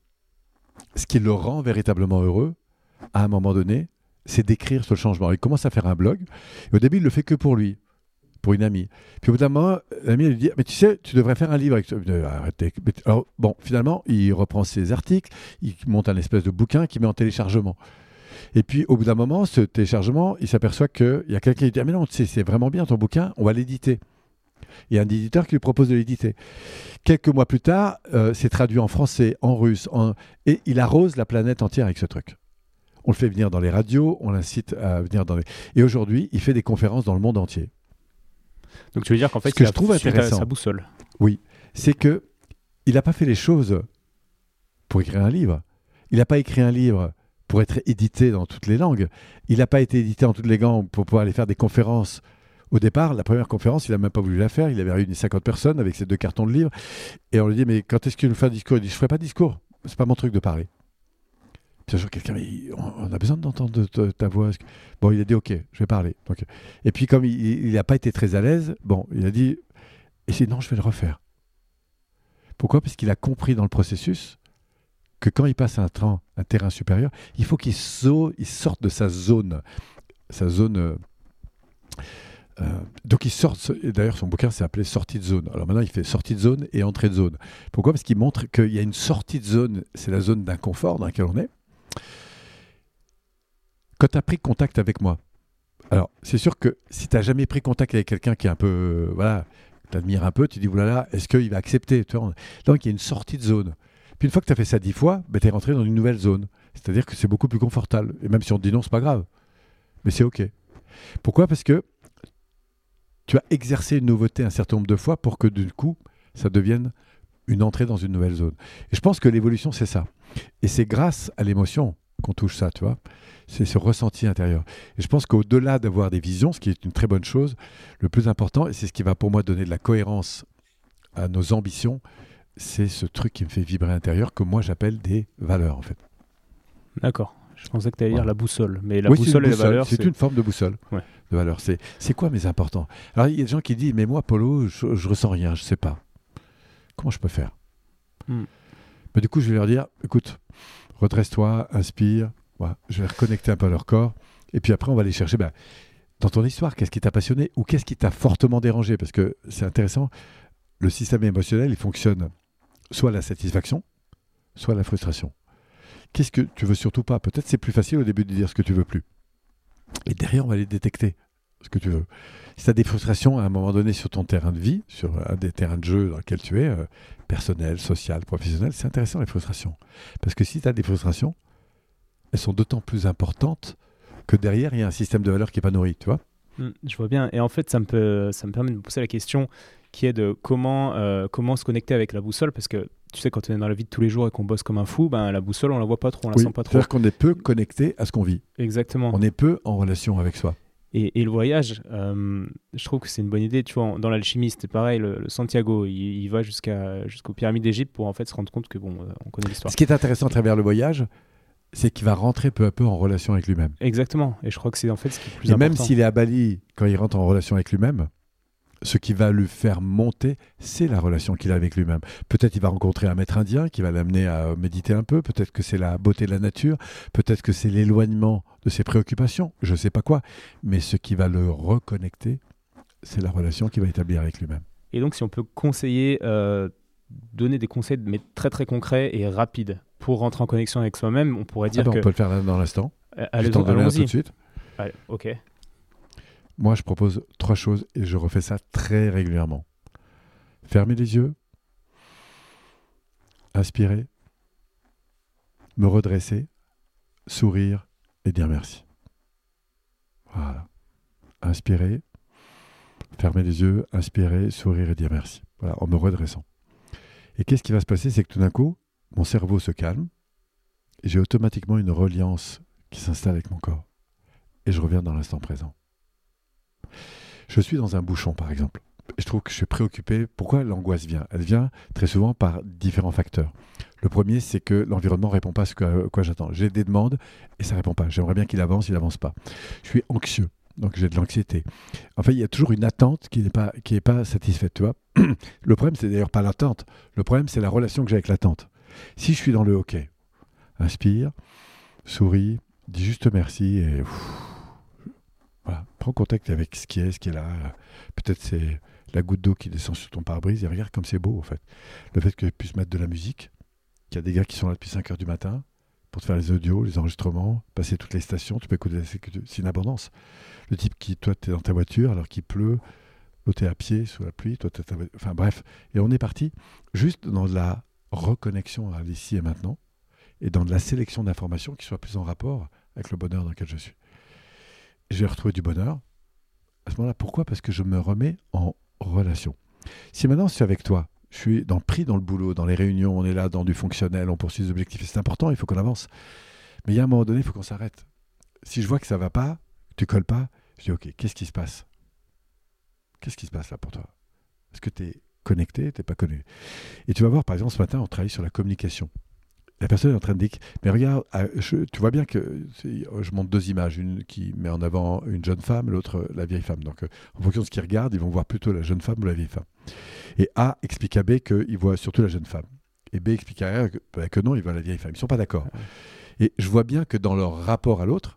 A: ce qui le rend véritablement heureux, à un moment donné, c'est d'écrire sur le changement. Il commence à faire un blog. Et au début, il ne le fait que pour lui. pour une amie. Puis au bout d'un moment, l'amie lui dit « Mais tu sais, tu devrais faire un livre avec ça. » Arrêtez. Alors bon, finalement, il reprend ses articles, il monte un espèce de bouquin qu'il met en téléchargement. Et puis au bout d'un moment, ce téléchargement, il s'aperçoit qu'il y a quelqu'un qui dit « Ah mais non, tu sais, c'est vraiment bien ton bouquin, on va l'éditer. » Il y a un éditeur qui lui propose de l'éditer. Quelques mois plus tard, euh, c'est traduit en français, en russe, en... et il arrose la planète entière avec ce truc. On le fait venir dans les radios, on l'incite à venir dans les... Et aujourd'hui, il fait des conférences dans le monde entier.
B: Donc tu veux dire qu'en fait,
A: ce que
B: il
A: je trouve
B: a suivi
A: intéressant,
B: sa boussole.
A: Oui, c'est que il n'a pas fait les choses pour écrire un livre. Il n'a pas écrit un livre pour être édité dans toutes les langues. Il n'a pas été édité dans toutes les langues pour pouvoir aller faire des conférences. Au départ, la première conférence, il n'a même pas voulu la faire. Il avait réuni cinquante personnes avec ses deux cartons de livres. Et on lui dit, mais quand est-ce qu'il nous fait un discours ? Il dit, je ne ferai pas de discours. C'est pas mon truc de parler. Puis un jour, quelqu'un dit, on a besoin d'entendre ta, ta voix. Bon, il a dit, ok, je vais parler. Donc, et puis, comme il n'a pas été très à l'aise, bon, il a dit, et c'est non, je vais le refaire. Pourquoi ? Parce qu'il a compris dans le processus que quand il passe un, train, un terrain supérieur, il faut qu'il, so, il sorte de sa zone. Sa zone... Euh, Euh, donc il sort, et d'ailleurs son bouquin s'est appelé Sortie de zone. Alors maintenant il fait sortie de zone et entrée de zone. Pourquoi ? Parce qu'il montre qu'il y a une sortie de zone, c'est la zone d'inconfort dans laquelle on est. Quand tu as pris contact avec moi, alors c'est sûr que si tu n'as jamais pris contact avec quelqu'un qui est un peu, euh, voilà, t'admires un peu, tu dis oulala, est-ce qu'il va accepter ? Tu vois, donc il y a une sortie de zone. Puis une fois que tu as fait ça dix fois, ben, tu es rentré dans une nouvelle zone. C'est-à-dire que c'est beaucoup plus confortable. Et même si on te dit non, c'est pas grave. Mais c'est OK. Pourquoi ? Parce que tu as exercé une nouveauté un certain nombre de fois pour que du coup, ça devienne une entrée dans une nouvelle zone. Et je pense que l'évolution, c'est ça. Et c'est grâce à l'émotion qu'on touche ça, tu vois. C'est ce ressenti intérieur. Et je pense qu'au-delà d'avoir des visions, ce qui est une très bonne chose, le plus important, et c'est ce qui va pour moi donner de la cohérence à nos ambitions, c'est ce truc qui me fait vibrer à l'intérieur, que moi j'appelle des valeurs, en fait.
B: D'accord. Je pensais que tu allais
A: Voilà.
B: dire la boussole. Mais la
A: oui,
B: boussole et
A: boussole,
B: les valeurs,
A: c'est,
B: c'est
A: une forme de boussole.
B: Ouais.
A: De valeur. C'est, c'est quoi mes importants ? Alors, il y a des gens qui disent, mais moi, Polo, je, je ressens rien, je sais pas. Comment je peux faire ?
B: mm.
A: Mais du coup, je vais leur dire, écoute, redresse-toi, inspire. Voilà. Je vais reconnecter un peu à leur corps. Et puis après, on va aller chercher, ben, dans ton histoire, qu'est-ce qui t'a passionné ou qu'est-ce qui t'a fortement dérangé ? Parce que c'est intéressant, le système émotionnel, il fonctionne soit la satisfaction, soit la frustration. Qu'est-ce que tu veux surtout pas ? Peut-être c'est plus facile au début de dire ce que tu veux plus. Et derrière, on va aller détecter ce que tu veux. Si tu as des frustrations à un moment donné sur ton terrain de vie, sur un des terrains de jeu dans lequel tu es, euh, personnel, social, professionnel, c'est intéressant les frustrations. Parce que si tu as des frustrations, elles sont d'autant plus importantes que derrière, il y a un système de valeurs qui n'est pas nourri, tu vois ?
B: Mm, je vois bien. Et en fait, ça me, peut, ça me permet de me poser la question qui est de comment, euh, comment se connecter avec la boussole, parce que tu sais, quand on est dans la vie de tous les jours et qu'on bosse comme un fou, ben, la boussole, on la voit pas trop, on la
A: oui,
B: sent pas trop.
A: C'est-à-dire qu'on est peu connecté à ce qu'on vit.
B: Exactement.
A: On est peu en relation avec soi.
B: Et, et le voyage, euh, je trouve que c'est une bonne idée. Tu vois, dans l'alchimie, c'était pareil, le, le Santiago, il, il va jusqu'à, jusqu'aux pyramides d'Égypte pour en fait se rendre compte que, bon, euh, on connaît l'histoire.
A: Ce qui est intéressant à travers le voyage, c'est qu'il va rentrer peu à peu en relation avec lui-même.
B: Exactement. Et je crois que c'est en fait ce qui est le plus
A: et
B: important.
A: même s'il est à Bali, quand il rentre en relation avec lui-même, ce qui va le faire monter, c'est la relation qu'il a avec lui-même. Peut-être il va rencontrer un maître indien qui va l'amener à méditer un peu, peut-être que c'est la beauté de la nature, peut-être que c'est l'éloignement de ses préoccupations, je ne sais pas quoi, mais ce qui va le reconnecter, c'est la relation qu'il va établir avec lui-même.
B: Et donc si on peut conseiller, euh, donner des conseils mais très très concrets et rapides pour rentrer en connexion avec soi-même, on pourrait dire
A: ah ben,
B: que...
A: On peut le faire là dans l'instant,
B: Euh,
A: je vais t'en donner un tout de suite.
B: Allez, ok.
A: Moi, je propose trois choses et je refais ça très régulièrement. Fermer les yeux, inspirer, me redresser, sourire et dire merci. Voilà. Inspirer, fermer les yeux, inspirer, sourire et dire merci. Voilà, en me redressant. Et qu'est-ce qui va se passer ? C'est que tout d'un coup, mon cerveau se calme et j'ai automatiquement une reliance qui s'installe avec mon corps. Et je reviens dans l'instant présent. Je suis dans un bouchon, par exemple. Je trouve que je suis préoccupé. Pourquoi l'angoisse vient ? Elle vient très souvent par différents facteurs. Le premier, c'est que l'environnement ne répond pas à ce que, à quoi j'attends. J'ai des demandes et ça ne répond pas. J'aimerais bien qu'il avance, il n'avance pas. Je suis anxieux, donc j'ai de l'anxiété. En fait, il y a toujours une attente qui n'est pas, qui n'est pas satisfaite, tu vois. Le problème, c'est d'ailleurs pas l'attente. Le problème, c'est la relation que j'ai avec l'attente. Si je suis dans le OK, inspire, souris, dis juste merci et... Pff, Voilà. Prends contact avec ce qui est, ce qui est là. Peut-être c'est la goutte d'eau qui descend sur ton pare-brise et regarde comme c'est beau en fait. Le fait que tu puisses mettre de la musique, qu'il y a des gars qui sont là depuis cinq heures du matin pour te faire les audios, les enregistrements, passer toutes les stations, tu peux écouter, c'est une abondance. Le type qui, toi, tu es dans ta voiture alors qu'il pleut, l'autre est à pied sous la pluie, toi, t'es ta... enfin bref. Et on est parti juste dans de la reconnexion à l'ici et maintenant et dans de la sélection d'informations qui soit plus en rapport avec le bonheur dans lequel je suis. J'ai retrouvé du bonheur. À ce moment-là, pourquoi ? Parce que je me remets en relation. Si maintenant je suis avec toi, je suis dans, pris dans le boulot, dans les réunions, on est là dans du fonctionnel, on poursuit des objectifs, et c'est important, il faut qu'on avance. Mais il y a un moment donné, il faut qu'on s'arrête. Si je vois que ça ne va pas, que tu ne colles pas, je dis ok, qu'est-ce qui se passe ? Qu'est-ce qui se passe là pour toi ? Est-ce que tu es connecté, tu n'es pas connu ? Et tu vas voir, par exemple, ce matin, on travaille sur la communication. La personne est en train de dire, mais regarde, je, tu vois bien que je montre deux images, une qui met en avant une jeune femme, l'autre la vieille femme. Donc, en fonction de ce qu'ils regardent, ils vont voir plutôt la jeune femme ou la vieille femme. Et A explique à B qu'il voit surtout la jeune femme. Et B explique à A que, bah, que non, il voit la vieille femme. Ils ne sont pas d'accord. Et je vois bien que dans leur rapport à l'autre,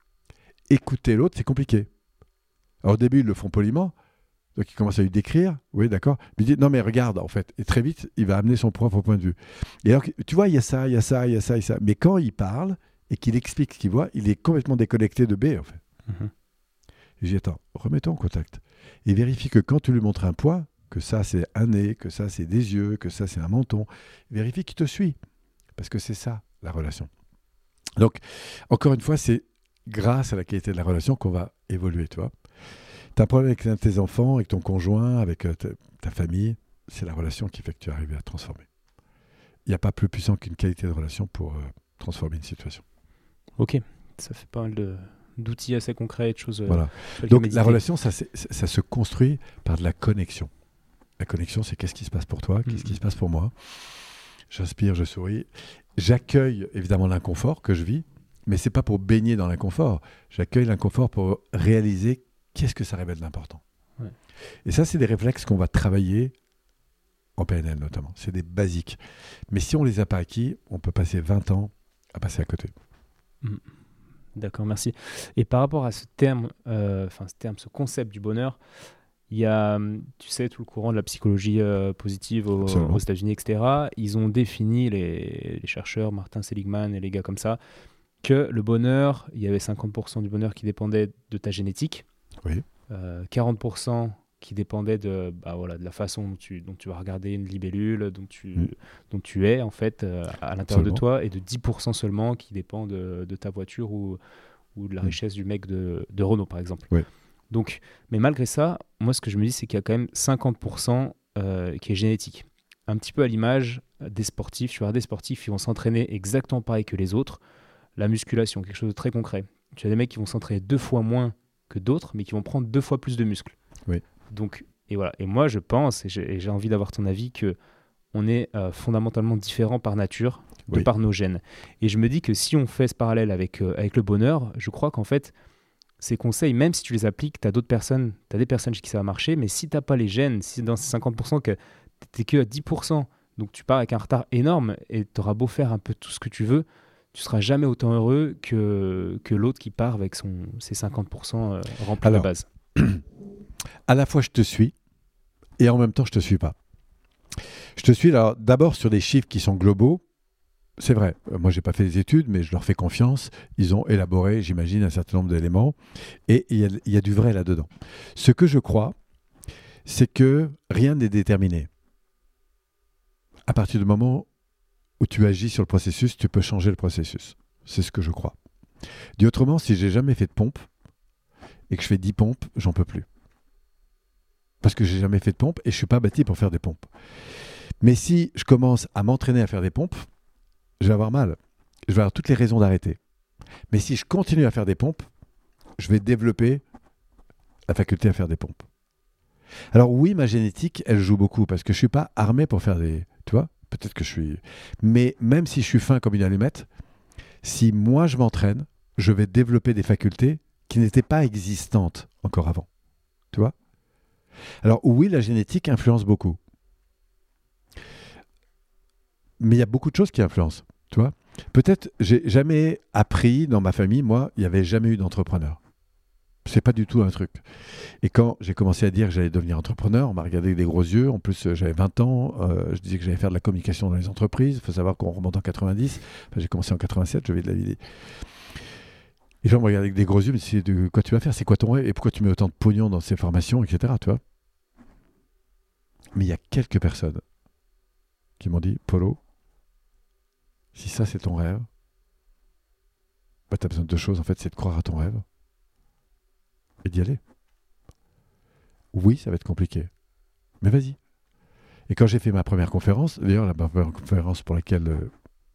A: écouter l'autre, c'est compliqué. Alors, au début, ils le font poliment. Donc, il commence à lui décrire. Oui, d'accord. Mais il dit, non, mais regarde, en fait. Et très vite, il va amener son propre point de vue. Et alors, tu vois, il y a ça, il y a ça, il y a ça, il y a ça. Mais quand il parle et qu'il explique ce qu'il voit, il est complètement déconnecté de B, en fait. Mm-hmm. Et je dis, attends, remets-toi en contact. Et vérifie que quand tu lui montres un poids, que ça, c'est un nez, que ça, c'est des yeux, que ça, c'est un menton, vérifie qu'il te suit. Parce que c'est ça, la relation. Donc, encore une fois, c'est grâce à la qualité de la relation qu'on va évoluer, tu vois. Tu as un problème avec tes enfants, avec ton conjoint, avec ta, ta famille, c'est la relation qui fait que tu es arrivé à transformer. Il n'y a pas plus puissant qu'une qualité de relation pour euh, transformer une situation.
B: Ok, ça fait pas mal de, d'outils assez concrets, de choses.
A: Voilà.
B: Euh,
A: Donc la relation, ça, ça, ça se construit par de la connexion. La connexion, c'est qu'est-ce qui se passe pour toi, qu'est-ce mmh. qui se passe pour moi. J'inspire, je souris. J'accueille évidemment l'inconfort que je vis, mais ce n'est pas pour baigner dans l'inconfort. J'accueille l'inconfort pour réaliser qu'est-ce que ça révèle d'important. Ouais. Et ça, c'est des réflexes qu'on va travailler en P N L notamment. C'est des basiques. Mais si on ne les a pas acquis, on peut passer vingt ans à passer à côté.
B: Mmh. D'accord, merci. Et par rapport à ce terme, euh, enfin ce terme, ce concept du bonheur, il y a, tu sais, tout le courant de la psychologie euh, positive au, aux États-Unis, et cetera. Ils ont défini, les, les chercheurs, Martin Seligman et les gars comme ça, que le bonheur, il y avait cinquante pour cent du bonheur qui dépendait de ta génétique,
A: oui.
B: euh, quarante pour cent qui dépendait de, bah, voilà, de la façon dont tu, dont tu vas regarder une libellule, dont tu, mmh. dont tu es en fait euh, à l'intérieur Absolument. de toi, et de dix pour cent seulement qui dépend de, de ta voiture ou, ou de la mmh. richesse du mec de, de Renault, par exemple.
A: Oui.
B: Donc, mais malgré ça, moi, ce que je me dis, c'est qu'il y a quand même cinquante pour cent euh, qui est génétique. Un petit peu à l'image des sportifs. Tu vois, des sportifs qui vont s'entraîner exactement pareil que les autres. La musculation, quelque chose de très concret. Tu as des mecs qui vont s'entraîner deux fois moins que d'autres, mais qui vont prendre deux fois plus de muscles.
A: Oui.
B: Donc, et voilà. Et moi, je pense, et j'ai, et j'ai envie d'avoir ton avis, qu'on est euh, fondamentalement différents par nature, de oui. par nos gènes. Et je me dis que si on fait ce parallèle avec, euh, avec le bonheur, je crois qu'en fait, ces conseils, même si tu les appliques, tu as d'autres personnes, tu as des personnes chez qui ça va marcher, mais si tu n'as pas les gènes, si dans ces cinquante pour cent que tu n'es que à dix pour cent, donc tu pars avec un retard énorme et tu auras beau faire un peu tout ce que tu veux, tu ne seras jamais autant heureux que, que l'autre qui part avec son, ses cinquante pour cent euh, remplis
A: Alors,
B: de base.
A: À la fois, je te suis et en même temps, je ne te suis pas. Je te suis alors, d'abord sur des chiffres qui sont globaux. C'est vrai, moi je n'ai pas fait des études, mais je leur fais confiance. Ils ont élaboré, j'imagine, un certain nombre d'éléments. Et il y, y a du vrai là-dedans. Ce que je crois, c'est que rien n'est déterminé. À partir du moment où tu agis sur le processus, tu peux changer le processus. C'est ce que je crois. Dit autrement, si je n'ai jamais fait de pompe et que je fais dix pompes, j'en peux plus. Parce que je n'ai jamais fait de pompe et je ne suis pas bâti pour faire des pompes. Mais si je commence à m'entraîner à faire des pompes, je vais avoir mal. Je vais avoir toutes les raisons d'arrêter. Mais si je continue à faire des pompes, je vais développer la faculté à faire des pompes. Alors oui, ma génétique, elle joue beaucoup parce que je ne suis pas armé pour faire des... Tu vois, peut-être que je suis... Mais même si je suis fin comme une allumette, si moi je m'entraîne, je vais développer des facultés qui n'étaient pas existantes encore avant. Tu vois ? Alors oui, la génétique influence beaucoup. Mais il y a beaucoup de choses qui influencent, tu vois. Peut-être, j'ai jamais appris dans ma famille, moi, il n'y avait jamais eu d'entrepreneur. C'est pas du tout un truc. Et quand j'ai commencé à dire que j'allais devenir entrepreneur, on m'a regardé avec des gros yeux. En plus, j'avais vingt ans. Euh, je disais que j'allais faire de la communication dans les entreprises. Il faut savoir qu'on remonte en quatre-vingt-dix. Enfin, j'ai commencé en quatre-vingt-sept. Je vais de la vie. Les gens me regardaient avec des gros yeux. Mais c'est de quoi tu vas faire? C'est quoi ton rêve? Et pourquoi tu mets autant de pognon dans ces formations, et cetera. Tu vois. Mais il y a quelques personnes qui m'ont dit, Polo, si ça c'est ton rêve, bah, tu as besoin de deux choses. En fait, c'est de croire à ton rêve et d'y aller. Oui, ça va être compliqué, mais vas-y. Et quand j'ai fait ma première conférence, d'ailleurs la première conférence pour laquelle euh,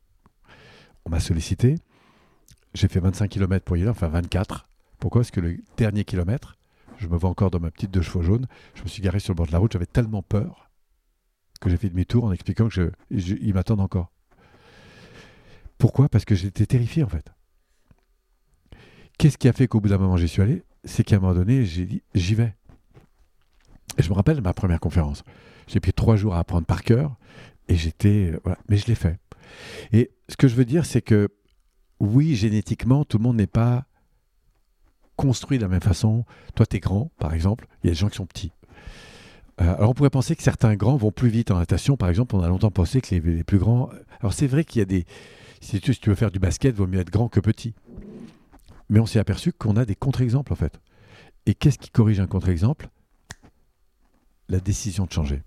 A: on m'a sollicité, j'ai fait vingt-cinq kilomètres pour y aller, enfin vingt-quatre. Pourquoi? Parce que le dernier kilomètre, je me vois encore dans ma petite deux chevaux jaunes, je me suis garé sur le bord de la route, j'avais tellement peur que j'ai fait demi-tour en expliquant que je, je, ils m'attendent encore. Pourquoi? Parce que j'étais terrifié en fait. Qu'est-ce qui a fait qu'au bout d'un moment j'y suis allé? C'est qu'à un moment donné, j'ai dit j'y vais. Et je me rappelle de ma première conférence. J'ai pris trois jours à apprendre par cœur et j'étais... Euh, voilà. Mais je l'ai fait. Et ce que je veux dire, c'est que oui, génétiquement, tout le monde n'est pas construit de la même façon. Toi, tu es grand, par exemple. Il y a des gens qui sont petits. Euh, alors, on pourrait penser que certains grands vont plus vite en natation. Par exemple, on a longtemps pensé que les, les plus grands... Alors, c'est vrai qu'il y a des... Si tu, si tu veux faire du basket, il vaut mieux être grand que petit. Mais on s'est aperçu qu'on a des contre-exemples, en fait. Et qu'est-ce qui corrige un contre-exemple? La décision de changer.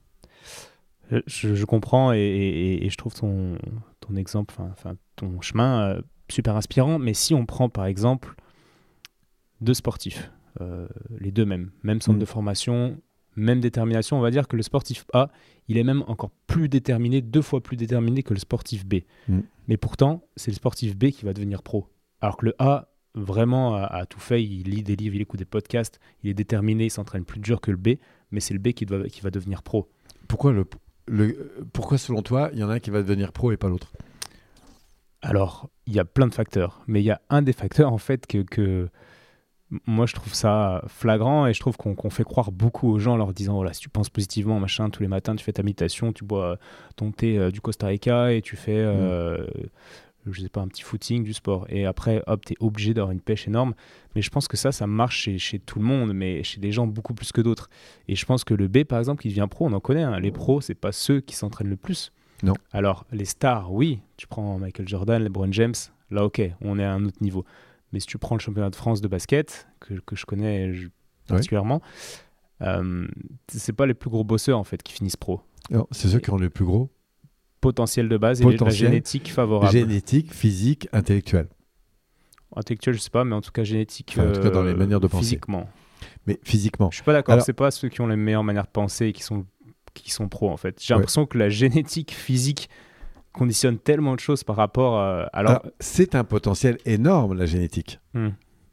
B: Je, je comprends et, et, et je trouve ton, ton exemple, enfin ton chemin euh, super inspirant. Mais si on prend par exemple deux sportifs, euh, les deux mêmes, même centre mmh. de formation, même détermination, on va dire que le sportif A, il est même encore plus déterminé, deux fois plus déterminé que le sportif B. Mmh. Mais pourtant, c'est le sportif B qui va devenir pro. Alors que le A, vraiment, a, a tout fait, il lit des livres, il écoute des podcasts, il est déterminé, il s'entraîne plus dur que le B, mais c'est le B qui, doit, qui va devenir pro.
A: Pourquoi, le, le, pourquoi, selon toi, il y en a un qui va devenir pro et pas l'autre?
B: Alors, il y a plein de facteurs, mais il y a un des facteurs, en fait, que, que moi, je trouve ça flagrant et je trouve qu'on, qu'on fait croire beaucoup aux gens en leur disant, voilà, si tu penses positivement, machin, tous les matins, tu fais ta méditation, tu bois ton thé euh, du Costa Rica et tu fais... Euh, mmh. je sais pas, un petit footing, du sport. Et après, hop, t'es obligé d'avoir une pêche énorme. Mais je pense que ça, ça marche chez, chez tout le monde, mais chez des gens beaucoup plus que d'autres. Et je pense que le B, par exemple, qui devient pro, on en connaît. Hein. Les pros, c'est pas ceux qui s'entraînent le plus.
A: Non.
B: Alors, les stars, oui. Tu prends Michael Jordan, LeBron James, là, ok, on est à un autre niveau. Mais si tu prends le championnat de France de basket, que, que je connais je, particulièrement, ouais. euh, c'est pas les plus gros bosseurs, en fait, qui finissent pro.
A: Non, c'est ceux et... qui ont les plus gros
B: potentiel de base
A: potentiel,
B: et la génétique favorable.
A: Génétique, physique, intellectuelle.
B: Intellectuelle, je sais pas, mais en tout cas génétique.
A: Enfin, en tout cas, dans les manières de penser.
B: Physiquement.
A: Mais physiquement.
B: Je suis pas d'accord. Alors, c'est pas ceux qui ont les meilleures manières de penser et qui sont qui sont pros en fait. J'ai ouais. l'impression que la génétique physique conditionne tellement de choses par rapport à. Alors,
A: Alors c'est un potentiel énorme la génétique. Hmm.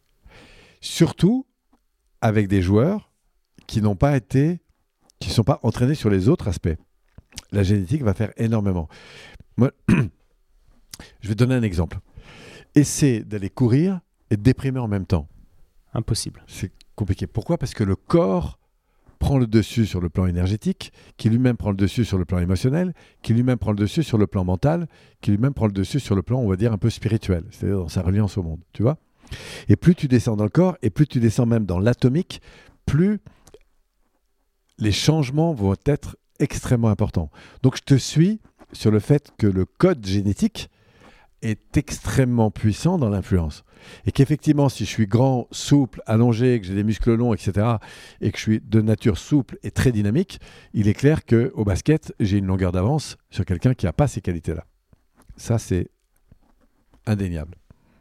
A: Surtout avec des joueurs qui n'ont pas été, qui sont pas entraînés sur les autres aspects. La génétique va faire énormément. Moi, je vais te donner un exemple. Essaie d'aller courir et de déprimer en même temps.
B: Impossible.
A: C'est compliqué. Pourquoi ? Parce que le corps prend le dessus sur le plan énergétique, qui lui-même prend le dessus sur le plan émotionnel, qui lui-même prend le dessus sur le plan mental, qui lui-même prend le dessus sur le plan, on va dire, un peu spirituel, c'est-à-dire dans sa reliance au monde. Tu vois ? Et plus tu descends dans le corps, et plus tu descends même dans l'atomique, plus les changements vont être extrêmement important. Donc je te suis sur le fait que le code génétique est extrêmement puissant dans l'influence. Et qu'effectivement, si je suis grand, souple, allongé, que j'ai des muscles longs, et cetera, et que je suis de nature souple et très dynamique, il est clair qu'au basket, j'ai une longueur d'avance sur quelqu'un qui n'a pas ces qualités-là. Ça, c'est indéniable.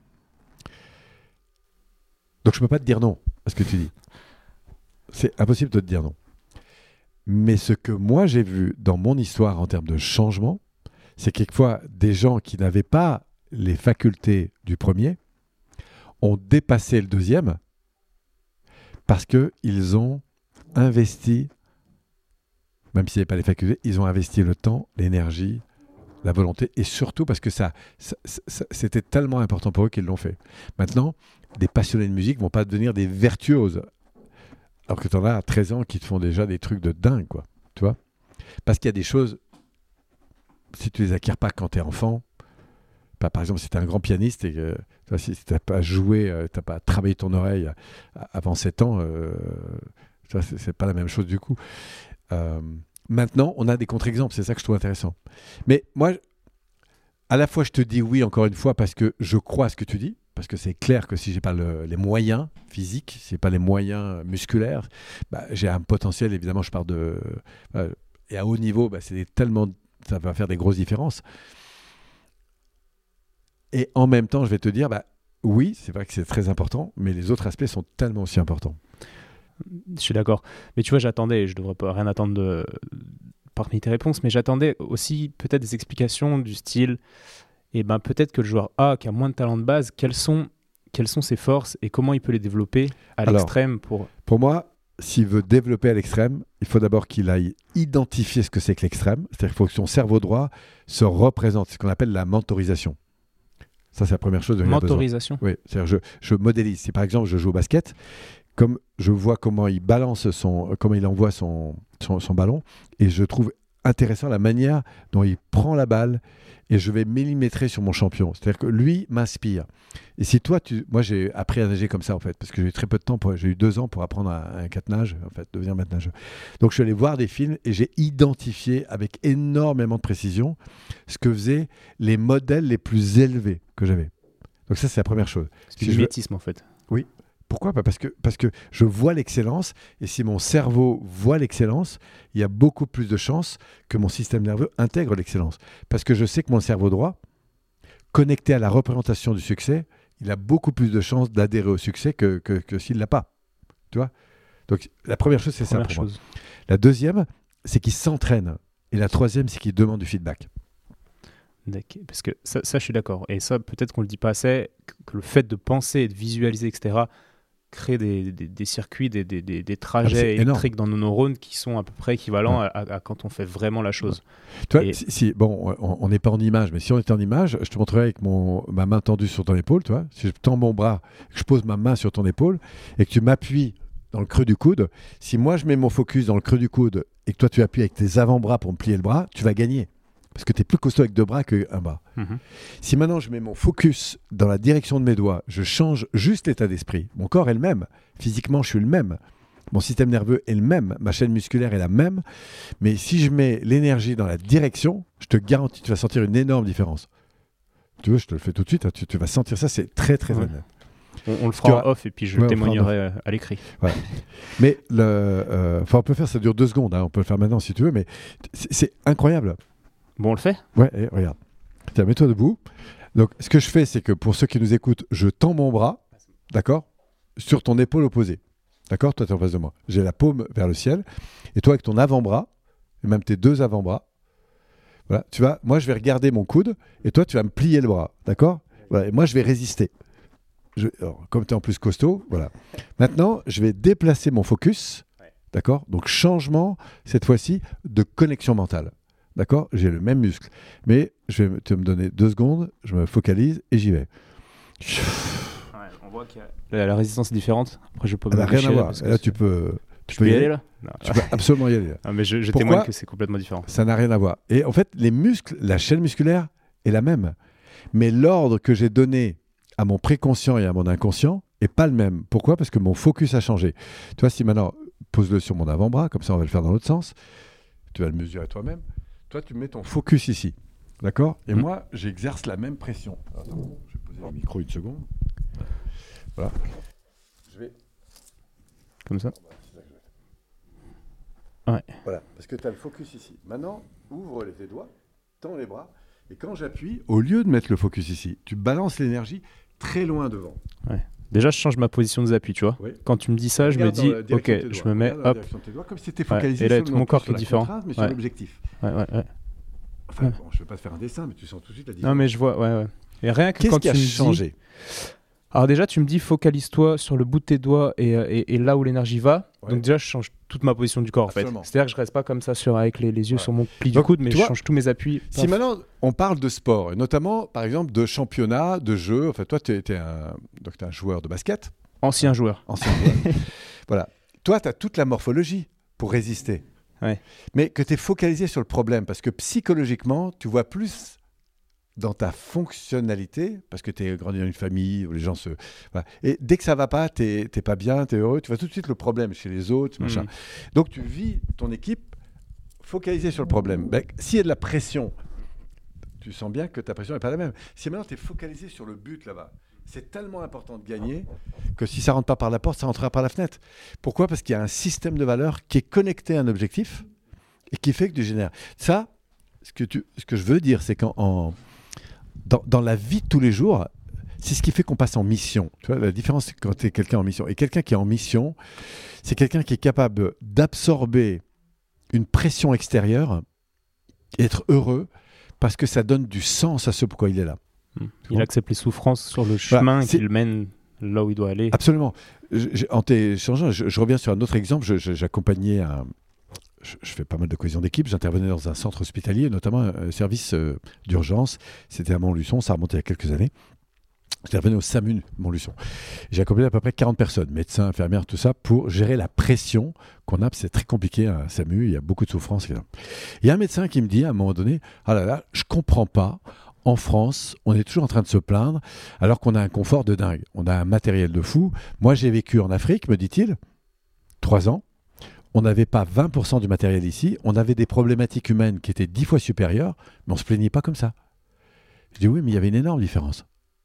A: Donc je ne peux pas te dire non à ce que tu dis. C'est impossible de te dire non. Mais ce que moi j'ai vu dans mon histoire en termes de changement, c'est quelquefois des gens qui n'avaient pas les facultés du premier ont dépassé le deuxième parce qu'ils ont investi, même s'ils n'avaient pas les facultés, ils ont investi le temps, l'énergie, la volonté, et surtout parce que ça, ça, ça c'était tellement important pour eux qu'ils l'ont fait. Maintenant, des passionnés de musique ne vont pas devenir des virtuoses. Alors que tu en as à treize ans qui te font déjà des trucs de dingue, quoi. Tu vois ? Parce qu'il y a des choses, si tu les acquiers pas quand tu es enfant, bah, par exemple, si tu es un grand pianiste et que Toi, si tu n'as pas joué, euh, tu n'as pas travaillé ton oreille avant sept ans, euh, ça, c'est, c'est pas la même chose du coup. Euh, maintenant, on a des contre-exemples, c'est ça que je trouve intéressant. Mais moi, à la fois, je te dis oui, encore une fois, parce que je crois à ce que tu dis, parce que c'est clair que si j'ai pas le, les moyens physiques, si j'ai pas les moyens musculaires, bah, j'ai un potentiel, évidemment, je pars de... Euh, et à haut niveau, bah, c'est tellement, ça va faire des grosses différences. Et en même temps, je vais te dire, bah, oui, c'est vrai que c'est très important, mais les autres aspects sont tellement aussi importants.
B: Je suis d'accord. Mais tu vois, j'attendais, je devrais pas rien attendre de, parmi tes réponses, mais j'attendais aussi peut-être des explications du style, et ben peut-être que le joueur A, qui a moins de talent de base, quelles sont, quelles sont ses forces et comment il peut les développer à
A: Alors,
B: l'extrême pour...
A: Pour moi, s'il veut développer à l'extrême, il faut d'abord qu'il aille identifier ce que c'est que l'extrême. C'est-à-dire qu'il faut que son cerveau droit se représente, ce qu'on appelle la mentorisation. Ça, c'est la première chose.
B: Mentorisation.
A: Oui, c'est-à-dire je, je modélise. Si par exemple, je joue au basket, comme je vois comment il balance son, comment il envoie son, son, son ballon, et je trouve intéressant la manière dont il prend la balle, et je vais millimétrer sur mon champion. C'est-à-dire que lui m'inspire. Et si toi, tu... moi j'ai appris à nager comme ça en fait, parce que j'ai eu très peu de temps, pour... j'ai eu deux ans pour apprendre un, un catenage, en fait, devenir maître nageur. Donc je suis allé voir des films et j'ai identifié avec énormément de précision ce que faisaient les modèles les plus élevés que j'avais. Donc ça, c'est la première chose.
B: C'est
A: si
B: du
A: je...
B: mimétisme en fait.
A: Oui. Pourquoi ? parce que, parce que je vois l'excellence, et si mon cerveau voit l'excellence, il y a beaucoup plus de chances que mon système nerveux intègre l'excellence. Parce que je sais que mon cerveau droit, connecté à la représentation du succès, il a beaucoup plus de chances d'adhérer au succès que, que, que s'il ne l'a pas. Tu vois ? Donc la première chose, c'est ça pour
B: chose.
A: moi. La deuxième, c'est qu'il s'entraîne. Et la troisième, c'est qu'il demande du feedback.
B: Parce que ça, ça, je suis d'accord. Et ça, peut-être qu'on ne le dit pas assez, que le fait de penser et de visualiser, et cetera, crée des, des, des circuits, des, des, des trajets ah, électriques énorme. Dans nos neurones qui sont à peu près équivalents ouais. à, à, à quand on fait vraiment la chose.
A: Ouais. Tu vois,
B: et...
A: si, si, bon, on n'est pas en image, mais si on était en image, je te montrerai avec mon, ma main tendue sur ton épaule, tu vois. Si je tends mon bras, que je pose ma main sur ton épaule et que tu m'appuies dans le creux du coude, si moi je mets mon focus dans le creux du coude et que toi tu appuies avec tes avant-bras pour me plier le bras, tu vas gagner. Parce que tu es plus costaud avec deux bras qu'un bras. Mm-hmm. Si maintenant je mets mon focus dans la direction de mes doigts, je change juste l'état d'esprit. Mon corps est le même. Physiquement, je suis le même. Mon système nerveux est le même. Ma chaîne musculaire est la même. Mais si je mets l'énergie dans la direction, je te garantis que tu vas sentir une énorme différence. Tu veux, je te le fais tout de suite. Hein. Tu, tu vas sentir ça, c'est très, très
B: ouais.
A: honnête.
B: On, on le fera en off et puis je ouais, témoignerai à l'écrit.
A: Voilà. Mais le, euh, on peut faire, ça dure deux secondes. Hein. On peut le faire maintenant si tu veux. Mais c'est, c'est incroyable.
B: Bon, on le fait ?
A: Ouais, et regarde. Tiens, mets-toi debout. Donc, ce que je fais, c'est que pour ceux qui nous écoutent, je tends mon bras, d'accord, sur ton épaule opposée. D'accord ? Toi, tu es en face de moi. J'ai la paume vers le ciel. Et toi, avec ton avant-bras, et même tes deux avant-bras, voilà, tu vas, moi, je vais regarder mon coude, et toi, tu vas me plier le bras. D'accord ? Voilà, et moi, je vais résister. Je, alors, comme tu es en plus costaud, voilà. Maintenant, je vais déplacer mon focus. D'accord ? Donc, changement, cette fois-ci, de connexion mentale. D'accord ? J'ai le même muscle. Mais je vais, tu vas me donner deux secondes, je me focalise et j'y vais.
B: Ouais, on voit que la, la résistance est différente. Après, je peux
A: pas. Rien à voir. Là, là tu peux.
B: Tu peux y aller, là ?
A: Non. Tu peux absolument y aller. Là.
B: Ah, mais je, je témoigne que c'est complètement différent.
A: Ça n'a rien à voir. Et en fait, les muscles, la chaîne musculaire est la même. Mais l'ordre que j'ai donné à mon préconscient et à mon inconscient n'est pas le même. Pourquoi ? Parce que mon focus a changé. Tu vois, si maintenant, pose-le sur mon avant-bras, comme ça, on va le faire dans l'autre sens. Tu vas le mesurer toi-même. Toi, tu mets ton focus ici, d'accord ? Et mmh. moi, j'exerce la même pression. Attends, je vais poser le micro une seconde. Voilà. Je vais...
B: Comme ça ?
A: Ouais. Voilà, parce que tu as le focus ici. Maintenant, ouvre les tes doigts, tends les bras, et quand j'appuie, au lieu de mettre le focus ici, tu balances l'énergie très loin devant.
B: Ouais. Déjà, je change ma position des appuis, tu vois. Oui. Quand tu me dis ça, je me dis, ok, je me mets, hop.
A: Doigts, comme si tu étais focalisé
B: ouais. Et là,
A: sur
B: tout mon corps qui est différent.
A: Mais
B: sur
A: ouais. l'objectif.
B: Ouais, ouais, ouais.
A: Enfin, ouais. Bon, je ne vais pas te faire un dessin, mais tu sens tout de suite la différence.
B: Non, mais je vois, ouais, ouais. Et rien que
A: Qu'est-ce
B: quand
A: qui a
B: tu me
A: changé ?
B: dis... Alors déjà, tu me dis, focalise-toi sur le bout de tes doigts et, et, et là où l'énergie va. Ouais. Donc déjà, je change toute ma position du corps, Absolument. en fait. C'est-à-dire que je ne reste pas comme ça sur, avec les, les yeux ouais. sur mon pli Donc, du coude, mais je vois, change tous mes appuis.
A: Si paf. Maintenant, on parle de sport, et notamment, par exemple, de championnat, de jeu. Enfin, toi, tu es un, donc, t'es un joueur de basket.
B: Ancien joueur.
A: Ancien joueur. Voilà. Toi, tu as toute la morphologie pour résister.
B: Ouais.
A: Mais que tu es focalisé sur le problème, parce que psychologiquement, tu vois plus dans ta fonctionnalité, parce que tu es grandi dans une famille où les gens se... Voilà. Et dès que ça va pas, tu n'es pas bien, tu es heureux, tu vois tout de suite le problème chez les autres, machin. Mmh. Donc tu vis ton équipe focalisée sur le problème. Ben, s'il y a de la pression, tu sens bien que ta pression n'est pas la même. Si maintenant tu es focalisé sur le but là-bas, c'est tellement important de gagner que si ça ne rentre pas par la porte, ça rentrera par la fenêtre. Pourquoi ? Parce qu'il y a un système de valeurs qui est connecté à un objectif et qui fait que tu génères. Ça, ce que, tu, ce que je veux dire, c'est qu'en en, dans, dans la vie de tous les jours, c'est ce qui fait qu'on passe en mission. Tu vois, la différence, c'est quand tu es quelqu'un en mission. Et quelqu'un qui est en mission, c'est quelqu'un qui est capable d'absorber une pression extérieure et être heureux parce que ça donne du sens à ce pourquoi il est là.
B: Il accepte les souffrances sur le chemin voilà, qui le mène là où il doit aller.
A: Absolument. Je, en t'échangeant, je, je reviens sur un autre exemple. Je, je, j'accompagnais un... Je, je fais pas mal de cohésion d'équipe. J'intervenais dans un centre hospitalier, notamment un service euh, d'urgence. C'était à Montluçon, ça remontait il y a quelques années. J'intervenais au SAMU Montluçon. J'ai accompagné à peu près quarante personnes, médecins, infirmières, tout ça, pour gérer la pression qu'on a. C'est très compliqué, un SAMU, il y a beaucoup de souffrance. Il y a un médecin qui me dit à un moment donné, ah là là, je comprends pas. En France, on est toujours en train de se plaindre alors qu'on a un confort de dingue. On a un matériel de fou. Moi, j'ai vécu en Afrique, me dit-il, trois ans. On n'avait pas vingt pour cent du matériel ici. On avait des problématiques humaines qui étaient dix fois supérieures, mais on ne se plaignait pas comme ça. Je dis oui, mais il y avait une énorme différence.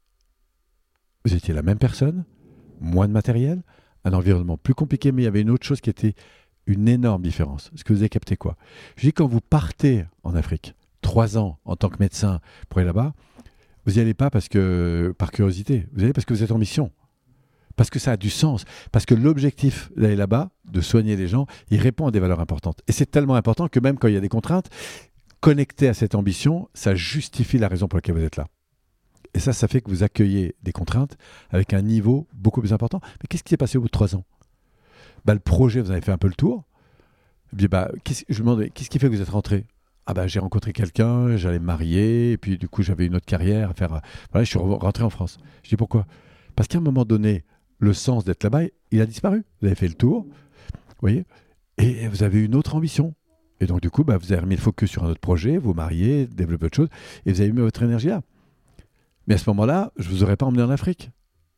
A: Vous étiez la même personne, moins de matériel, un environnement plus compliqué, mais il y avait une autre chose qui était une énorme différence. Est-ce que vous avez capté quoi ? Je dis quand vous partez en Afrique, trois ans en tant que médecin pour aller là-bas, vous n'y allez pas parce que, par curiosité, vous y allez parce que vous êtes en mission, parce que ça a du sens, parce que l'objectif d'aller là-bas, de soigner les gens, il répond à des valeurs importantes. Et c'est tellement important que même quand il y a des contraintes, connectées à cette ambition, ça justifie la raison pour laquelle vous êtes là. Et ça, ça fait que vous accueillez des contraintes avec un niveau beaucoup plus important. Mais qu'est-ce qui s'est passé au bout de trois ans ? Bah, le projet, vous avez fait un peu le tour. Et puis, bah, qu'est-ce, je me demandais, qu'est-ce qui fait que vous êtes rentré ? Ah bah j'ai rencontré quelqu'un, j'allais me marier, et puis du coup j'avais une autre carrière à faire. Voilà, je suis rentré en France. Je dis pourquoi ? Parce qu'à un moment donné, le sens d'être là-bas, il a disparu. Vous avez fait le tour, vous voyez, et vous avez une autre ambition. Et donc du coup, bah, vous avez remis le focus sur un autre projet, vous mariez, développez autre chose, et vous avez mis votre énergie là. Mais à ce moment-là, je ne vous aurais pas emmené en Afrique.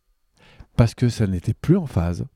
A: Parce que ça n'était plus en phase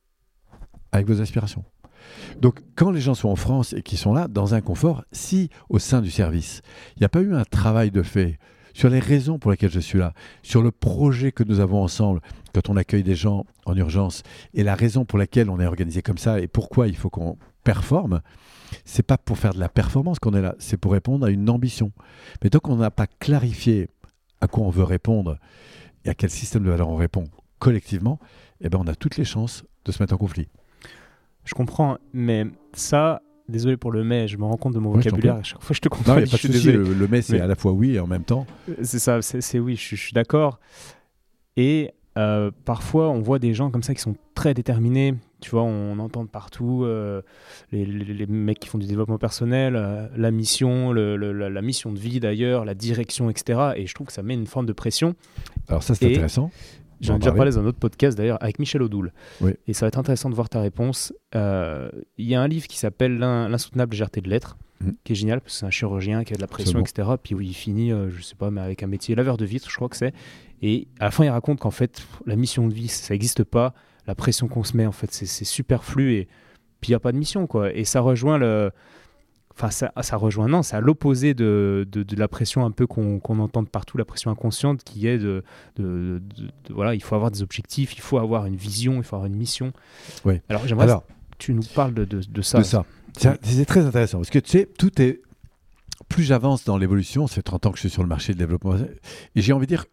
A: avec vos aspirations. Donc, quand les gens sont en France et qu'ils sont là, dans un confort, si au sein du service, il n'y a pas eu un travail de fait sur les raisons pour lesquelles je suis là, sur le projet que nous avons ensemble quand on accueille des gens en urgence et la raison pour laquelle on est organisé comme ça et pourquoi il faut qu'on performe, c'est pas pour faire de la performance qu'on est là, c'est pour répondre à une ambition. Mais tant qu'on n'a pas clarifié à quoi on veut répondre et à quel système de valeurs on répond collectivement, eh ben on a toutes les chances de se mettre en conflit.
B: Je comprends, mais ça, désolé pour le mais, je me rends compte de mon ouais, vocabulaire, à chaque fois je te comprends.
A: Non, il n'y a pas de souci, le, le mais c'est mais... à la fois oui et en même temps.
B: C'est ça, c'est, c'est oui, je, je suis d'accord. Et euh, parfois, on voit des gens comme ça qui sont très déterminés. Tu vois, on, on entend de partout euh, les, les, les mecs qui font du développement personnel, euh, la mission, le, le, la, la mission de vie d'ailleurs, la direction, et cetera. Et je trouve que ça met une forme de pression.
A: Alors ça, c'est et intéressant.
B: J'en ai déjà parlé dans un autre podcast d'ailleurs avec Michel Odoul.
A: Oui.
B: Et ça va être intéressant de voir ta réponse. Il euh, y a un livre qui s'appelle L'in- L'insoutenable légèreté de l'être, mmh. qui est génial parce que c'est un chirurgien qui a de la pression, et cetera. Puis où il finit, euh, je sais pas, mais avec un métier laveur de vitres, je crois que c'est. Et à la fin, il raconte qu'en fait, la mission de vie, ça n'existe pas. La pression qu'on se met, en fait, c'est, c'est superflu. Et puis il n'y a pas de mission, quoi. Et ça rejoint le. Enfin, ça, ça rejoint, non, c'est à l'opposé de, de, de la pression un peu qu'on, qu'on entend de partout, la pression inconsciente qui est de, de, de, de, voilà, il faut avoir des objectifs, il faut avoir une vision, il faut avoir une mission.
A: Oui.
B: Alors, j'aimerais
A: Alors,
B: que tu nous parles de, de, de ça.
A: De ça. C'est, c'est très intéressant parce que tu sais, tout est. Plus j'avance dans l'évolution, ça fait trente ans que je suis sur le marché de développement, et j'ai envie de dire,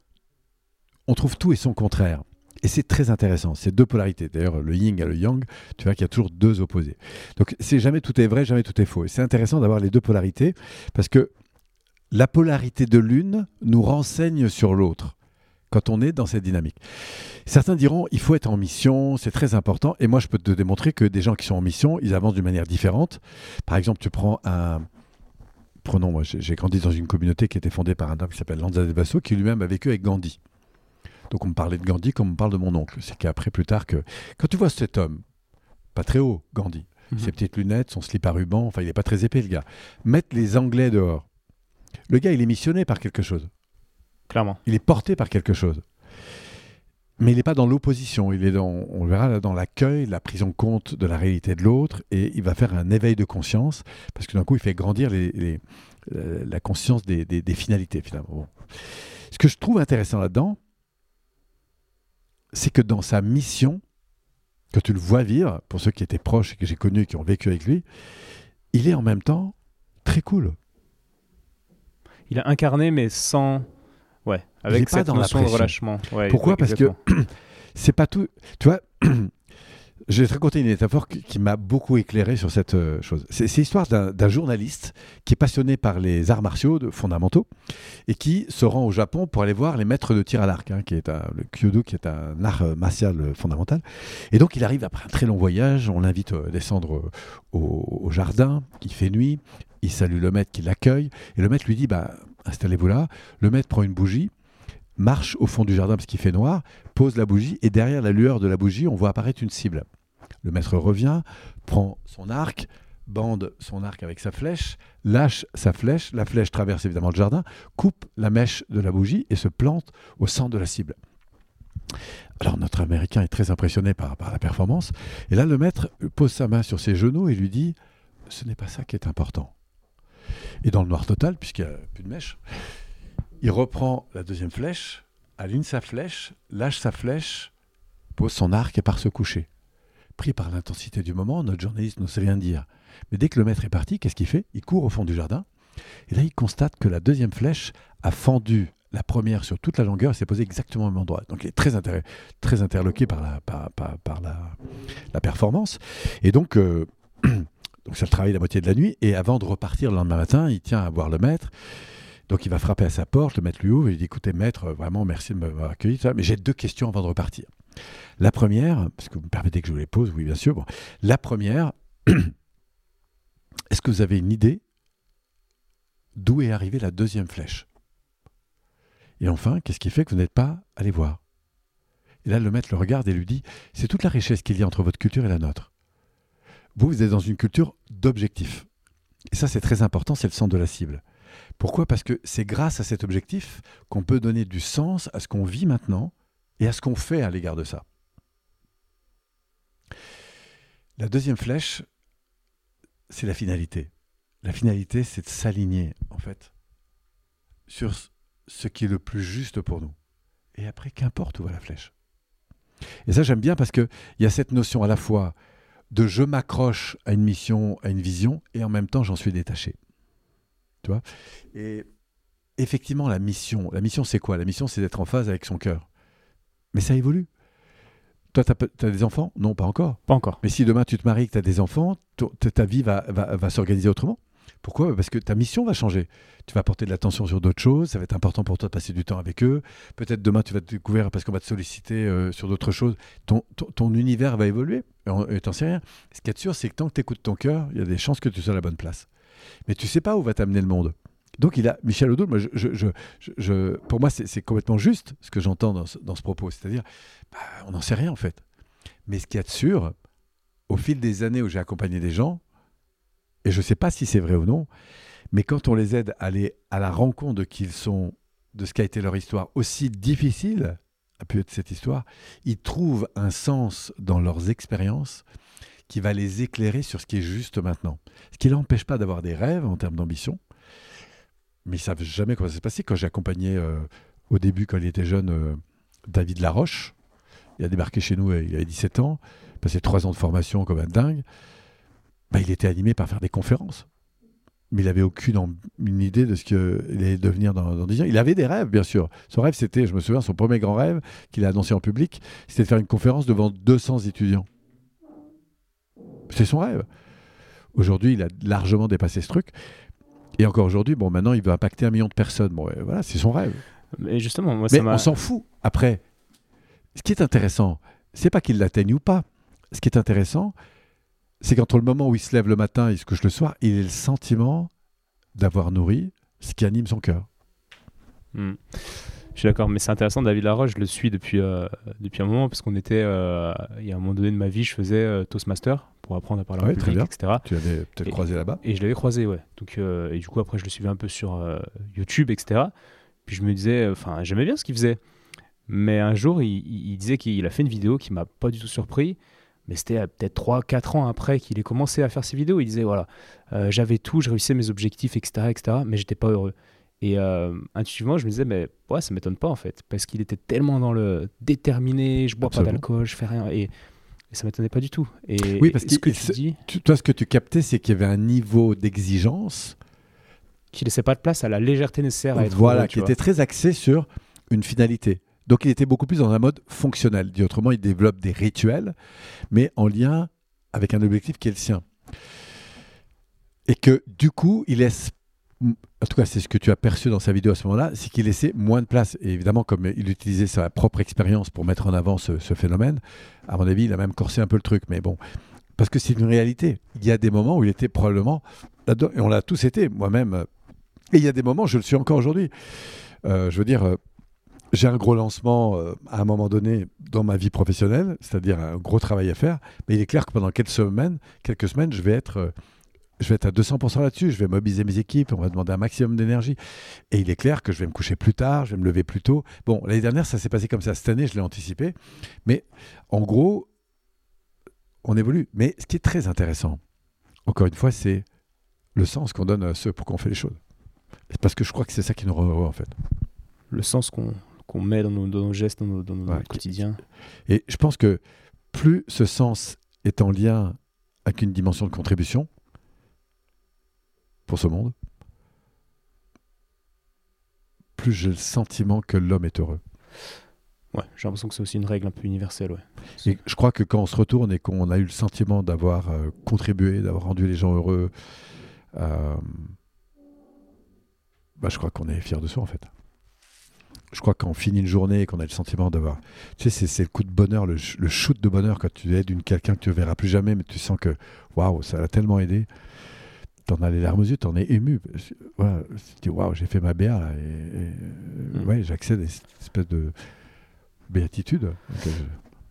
A: on trouve tout et son contraire. Et c'est très intéressant, c'est deux polarités. D'ailleurs, le yin et le yang, tu vois qu'il y a toujours deux opposés. Donc, c'est jamais tout est vrai, jamais tout est faux. Et c'est intéressant d'avoir les deux polarités parce que la polarité de l'une nous renseigne sur l'autre quand on est dans cette dynamique. Certains diront, il faut être en mission, c'est très important. Et moi, je peux te démontrer que des gens qui sont en mission, ils avancent d'une manière différente. Par exemple, tu prends un... Prenons, moi, j'ai grandi dans une communauté qui était fondée par un homme qui s'appelle Lanza de Basso, qui lui-même a vécu avec Gandhi. Donc on me parlait de Gandhi comme on me parle de mon oncle. C'est qu'après, plus tard, que quand tu vois cet homme, pas très haut, Gandhi, mmh. ses petites lunettes, son slip à ruban, enfin il n'est pas très épais le gars, mettre les Anglais dehors. Le gars, il est missionné par quelque chose.
B: Clairement.
A: Il est porté par quelque chose. Mais il n'est pas dans l'opposition, il est dans, on le verra là, dans l'accueil, la prise en compte de la réalité de l'autre, et il va faire un éveil de conscience, parce que d'un coup, il fait grandir les, les, la conscience des, des, des finalités, finalement. Bon. Ce que je trouve intéressant là-dedans, c'est que dans sa mission, que tu le vois vivre, pour ceux qui étaient proches et que j'ai connus et qui ont vécu avec lui, il est en même temps très cool.
B: Il a incarné, mais sans... Ouais, avec cette notion de relâchement. Ouais,
A: Pourquoi ? Parce que
B: exactement.
A: c'est pas tout... Tu vois, je vais te raconter une métaphore qui, qui m'a beaucoup éclairé sur cette euh, chose. C'est, c'est l'histoire d'un, d'un journaliste qui est passionné par les arts martiaux de, fondamentaux et qui se rend au Japon pour aller voir les maîtres de tir à l'arc, hein, qui est un, le Kyudo, qui est un art euh, martial euh, fondamental. Et donc il arrive après un très long voyage, on l'invite à descendre euh, au, au jardin, il fait nuit, il salue le maître qui l'accueille, et le maître lui dit bah, « installez-vous là ». Le maître prend une bougie, marche au fond du jardin parce qu'il fait noir, pose la bougie, et derrière la lueur de la bougie, on voit apparaître une cible. Le maître revient, prend son arc, bande son arc avec sa flèche, lâche sa flèche, la flèche traverse évidemment le jardin, coupe la mèche de la bougie et se plante au centre de la cible. Alors notre Américain est très impressionné par, par la performance, et là le maître pose sa main sur ses genoux et lui dit « ce n'est pas ça qui est important ». Et dans le noir total, puisqu'il n'y a plus de mèche, il reprend la deuxième flèche, aligne sa flèche, lâche sa flèche, pose son arc et part se coucher. Pris par l'intensité du moment, notre journaliste n'ose rien dire. Mais dès que le maître est parti, qu'est-ce qu'il fait ? Il court au fond du jardin, et là il constate que la deuxième flèche a fendu la première sur toute la longueur et s'est posée exactement au même endroit. Donc il est très, inter... très interloqué par la, par, par, par la, la performance. Et donc, euh... donc ça le travaille la moitié de la nuit, et avant de repartir le lendemain matin, il tient à voir le maître. Donc il va frapper à sa porte, le maître lui ouvre, et il dit « Écoutez maître, vraiment merci de m'avoir accueilli, mais j'ai deux questions avant de repartir. » La première, parce que vous me permettez que je vous les pose, oui bien sûr. Bon. La première, est-ce que vous avez une idée d'où est arrivée la deuxième flèche ? Et enfin, qu'est-ce qui fait que vous n'êtes pas allé voir ? Et là, le maître le regarde et lui dit « C'est toute la richesse qu'il y a entre votre culture et la nôtre. Vous, vous êtes dans une culture d'objectif. Et ça, c'est très important, c'est le centre de la cible. Pourquoi ? Parce que c'est grâce à cet objectif qu'on peut donner du sens à ce qu'on vit maintenant et à ce qu'on fait à l'égard de ça. La deuxième flèche, c'est la finalité. La finalité, c'est de s'aligner, en fait, sur ce qui est le plus juste pour nous. Et après, qu'importe où va la flèche. Et ça, j'aime bien parce qu'il y a cette notion à la fois de je m'accroche à une mission, à une vision, et en même temps, j'en suis détaché. Tu vois ? Et effectivement, la mission, la mission, c'est quoi ? La mission, c'est d'être en phase avec son cœur. Mais ça évolue. Toi, tu as des enfants ? Non, pas encore.
B: Pas encore.
A: Mais si demain tu te maries et que tu as des enfants, t- ta vie va, va, va s'organiser autrement. Pourquoi ? Parce que ta mission va changer. Tu vas porter de l'attention sur d'autres choses, ça va être important pour toi de passer du temps avec eux. Peut-être demain tu vas te découvrir parce qu'on va te solliciter euh, sur d'autres choses. Ton, ton, ton univers va évoluer, et t'en sais rien. Ce qui est sûr, c'est que tant que tu écoutes ton cœur, il y a des chances que tu sois à la bonne place. Mais tu ne sais pas où va t'amener le monde. Donc, il a, Michel Odoul, moi, je, je, je, je, pour moi, c'est, c'est complètement juste ce que j'entends dans ce, dans ce propos. C'est-à-dire, bah, on n'en sait rien en fait. Mais ce qu'il y a de sûr, au fil des années où j'ai accompagné des gens, et je ne sais pas si c'est vrai ou non, mais quand on les aide à aller à la rencontre de qui ils sont, de ce qu'a été leur histoire, aussi difficile a pu être cette histoire, ils trouvent un sens dans leurs expériences qui va les éclairer sur ce qui est juste maintenant. Ce qui ne l'empêche pas d'avoir des rêves en termes d'ambition, mais ils ne savent jamais comment ça s'est passé. Quand j'ai accompagné euh, au début, quand il était jeune, euh, David Laroche, il a débarqué chez nous, il avait dix-sept ans, passé trois ans de formation comme un dingue, bah, il était animé par faire des conférences. Mais il n'avait aucune une idée de ce qu'il allait devenir dans, dans dix ans. Il avait des rêves, bien sûr. Son rêve, c'était, je me souviens, son premier grand rêve qu'il a annoncé en public, c'était de faire une conférence devant deux cents étudiants. C'est son rêve. Aujourd'hui, il a largement dépassé ce truc. Et encore aujourd'hui, bon, maintenant, il veut impacter un million de personnes. Bon, voilà, c'est son rêve.
B: Mais justement, moi,
A: Mais
B: ça m'a...
A: on s'en fout. Après, ce qui est intéressant, c'est pas qu'il l'atteigne ou pas. Ce qui est intéressant, c'est qu'entre le moment où il se lève le matin et se couche le soir, il ait le sentiment d'avoir nourri ce qui anime son cœur.
B: Mmh. Je suis d'accord, mais c'est intéressant. David Laroche, je le suis depuis, euh, depuis un moment, parce qu'on était, euh, il y a un moment donné de ma vie, je faisais euh, Toastmaster pour apprendre à parler
A: ouais,
B: en public, et cetera.
A: Tu l'avais peut-être
B: et,
A: croisé là-bas.
B: Et je l'avais croisé, ouais. Donc, euh, et du coup, après, je le suivais un peu sur euh, YouTube, et cetera. Puis je me disais, enfin, j'aimais bien ce qu'il faisait. Mais un jour, il, il disait qu'il a fait une vidéo qui m'a pas du tout surpris. Mais c'était peut-être trois quatre ans après qu'il ait commencé à faire ses vidéos. Il disait, voilà, euh, j'avais tout, je réussissais mes objectifs, et cetera, et cetera, mais j'étais pas heureux. Et euh, intuitivement, je me disais, mais ouais, ça m'étonne pas en fait. Parce qu'il était tellement dans le déterminé, je bois
A: Absolument.
B: pas d'alcool, je fais rien. Et, et ça m'étonnait pas du tout. Et,
A: Oui, parce
B: et ce que
A: qu'il-
B: tu
A: c'est-
B: dis,
A: Tu- toi, ce que tu captais, c'est qu'il y avait un niveau d'exigence,
B: qui laissait pas de place à la légèreté nécessaire à être
A: voilà,
B: heureux,
A: qui
B: tu vois.
A: était très axé sur une finalité. Donc, il était beaucoup plus dans un mode fonctionnel. Dit autrement, il développe des rituels, mais en lien avec un objectif qui est le sien. Et que, du coup, il laisse, en tout cas, c'est ce que tu as perçu dans sa vidéo à ce moment-là, c'est qu'il laissait moins de place. Et évidemment, comme il utilisait sa propre expérience pour mettre en avant ce, ce phénomène, à mon avis, il a même corsé un peu le truc. Mais bon, parce que c'est une réalité. Il y a des moments où il était probablement là-dedans, et on l'a tous été, moi-même. euh, Et il y a des moments, je le suis encore aujourd'hui. Euh, je veux dire, euh, j'ai un gros lancement euh, à un moment donné dans ma vie professionnelle, c'est-à-dire un gros travail à faire. Mais il est clair que pendant quelques semaines, quelques semaines, je vais être, euh, je vais être à deux cents pour cent là-dessus. Je vais mobiliser mes équipes, on va demander un maximum d'énergie. Et il est clair que je vais me coucher plus tard, je vais me lever plus tôt. Bon, l'année dernière, ça s'est passé comme ça. Cette année, je l'ai anticipé. Mais en gros, on évolue. Mais ce qui est très intéressant, encore une fois, c'est le sens qu'on donne à ce pourquoi on fait les choses. C'est parce que je crois que c'est ça qui nous rend heureux, en fait.
B: Le sens qu'on qu'on met dans nos, dans nos gestes, dans, nos, dans nos
A: Ouais.
B: quotidiens.
A: Et je pense que plus ce sens est en lien avec une dimension de contribution pour ce monde, plus j'ai le sentiment que l'homme est heureux.
B: Ouais, j'ai l'impression que c'est aussi une règle un peu universelle. Ouais.
A: Et je crois que quand on se retourne et qu'on a eu le sentiment d'avoir euh, contribué, d'avoir rendu les gens heureux, euh, bah, je crois qu'on est fier de soi, en fait. Je crois qu'on finit une journée et qu'on a le sentiment d'avoir... Tu sais, c'est, c'est le coup de bonheur, le, ch- le shoot de bonheur quand tu aides une, quelqu'un que tu ne verras plus jamais, mais tu sens que, waouh, ça l'a tellement aidé. T'en as les larmes aux yeux, t'en es ému. Voilà, tu dis, waouh, j'ai fait ma B A, là, et, et,
B: Mm.
A: ouais, j'accède à cette espèce de béatitude. Donc, euh,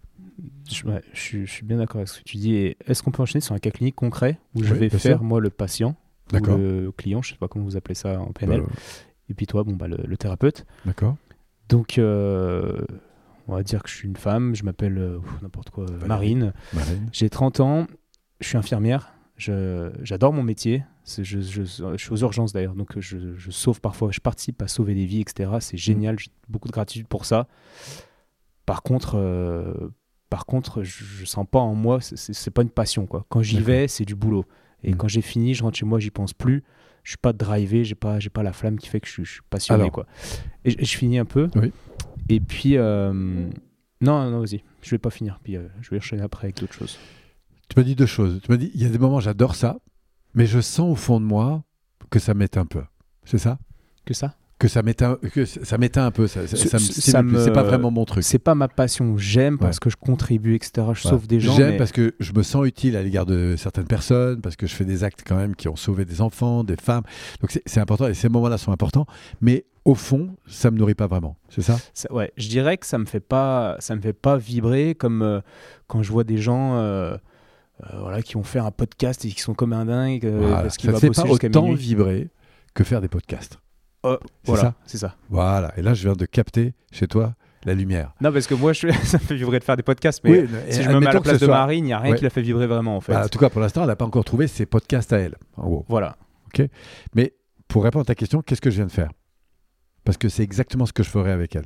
B: Je, ouais, je, suis- je suis bien d'accord avec ce que tu dis. Et est-ce qu'on peut enchaîner sur un cas clinique concret où je
A: Oui,
B: vais
A: bien
B: faire,
A: sûr.
B: moi, le patient
A: D'accord.
B: ou le client, je ne sais pas comment vous appelez ça en P N L,
A: Bah,
B: et puis toi, bon, bah, le, le thérapeute.
A: d'accord.
B: Donc, euh, on va dire que je suis une femme, je m'appelle euh, ouf, n'importe quoi, euh, Marine,
A: Marine.
B: j'ai trente ans, je suis infirmière, je, j'adore mon métier, c'est, je, je, je suis aux urgences d'ailleurs, donc je, je sauve parfois, je participe à sauver des vies, et cetera. C'est génial, j'ai beaucoup de gratitude pour ça. Par contre, euh, par contre je ne sens pas en moi, c'est, c'est, c'est pas une passion, quoi. Quand j'y
A: D'accord.
B: vais, c'est du boulot. Et
A: Mm.
B: quand j'ai fini, je rentre chez moi, j'y pense plus. Je suis pas drivé, j'ai pas, j'ai pas la flamme qui fait que je, suis- je suis passionné,
A: Alors.
B: quoi. Et, je- et je finis un peu.
A: Oui.
B: Et puis, euh, non, non, vas-y, je vais pas finir. Puis euh, je vais enchaîner après avec d'autres choses.
A: Tu m'as dit deux choses. Tu m'as dit, il y a des moments, j'adore ça, mais je sens au fond de moi que ça m'éteint un peu. C'est ça ?
B: Que ça ?
A: Que ça m'éteint, que ça m'éteint un peu. Ça, ça,
B: Ce-
A: ça me
B: ce-
A: stimule
B: ça
A: plus.
B: me-
A: C'est pas vraiment mon truc.
B: C'est pas ma passion. J'aime parce
A: Ouais.
B: que je contribue, et cetera. Je
A: Voilà.
B: sauve des gens.
A: J'aime
B: mais...
A: parce que je me sens utile à l'égard de certaines personnes, parce que je fais des actes quand même qui ont sauvé des enfants, des femmes. Donc c'est, c'est important et ces moments-là sont importants. Mais au fond, ça me nourrit pas vraiment. C'est ça ?
B: Ça- ouais, je dirais que ça me fait pas, ça me fait pas vibrer comme euh, quand je vois des gens euh, euh, voilà, qui ont fait un podcast et qui sont comme un dingue euh,
A: Voilà.
B: parce qu'il
A: Ça
B: va
A: te fait
B: bosser
A: pas
B: jusqu'à
A: autant
B: minuit.
A: vibrer que faire des podcasts.
B: Euh,
A: C'est
B: voilà,
A: ça ?
B: c'est ça.
A: Voilà. Et là, je viens de capter chez toi la lumière.
B: Non, parce que moi, je, ça me fait vibrer de faire des podcasts, mais
A: Oui,
B: si
A: et
B: je me mets à
A: admettons
B: la
A: que
B: place
A: ce
B: de
A: soit-
B: Marine, il n'y a rien
A: Ouais.
B: qui la fait vibrer vraiment, en fait.
A: Bah, en tout cas, pour l'instant, elle n'a pas encore trouvé ses podcasts à elle. En gros.
B: Voilà.
A: Mais pour répondre à ta question, qu'est-ce que je viens de faire ? Parce que c'est exactement ce que je ferais avec elle.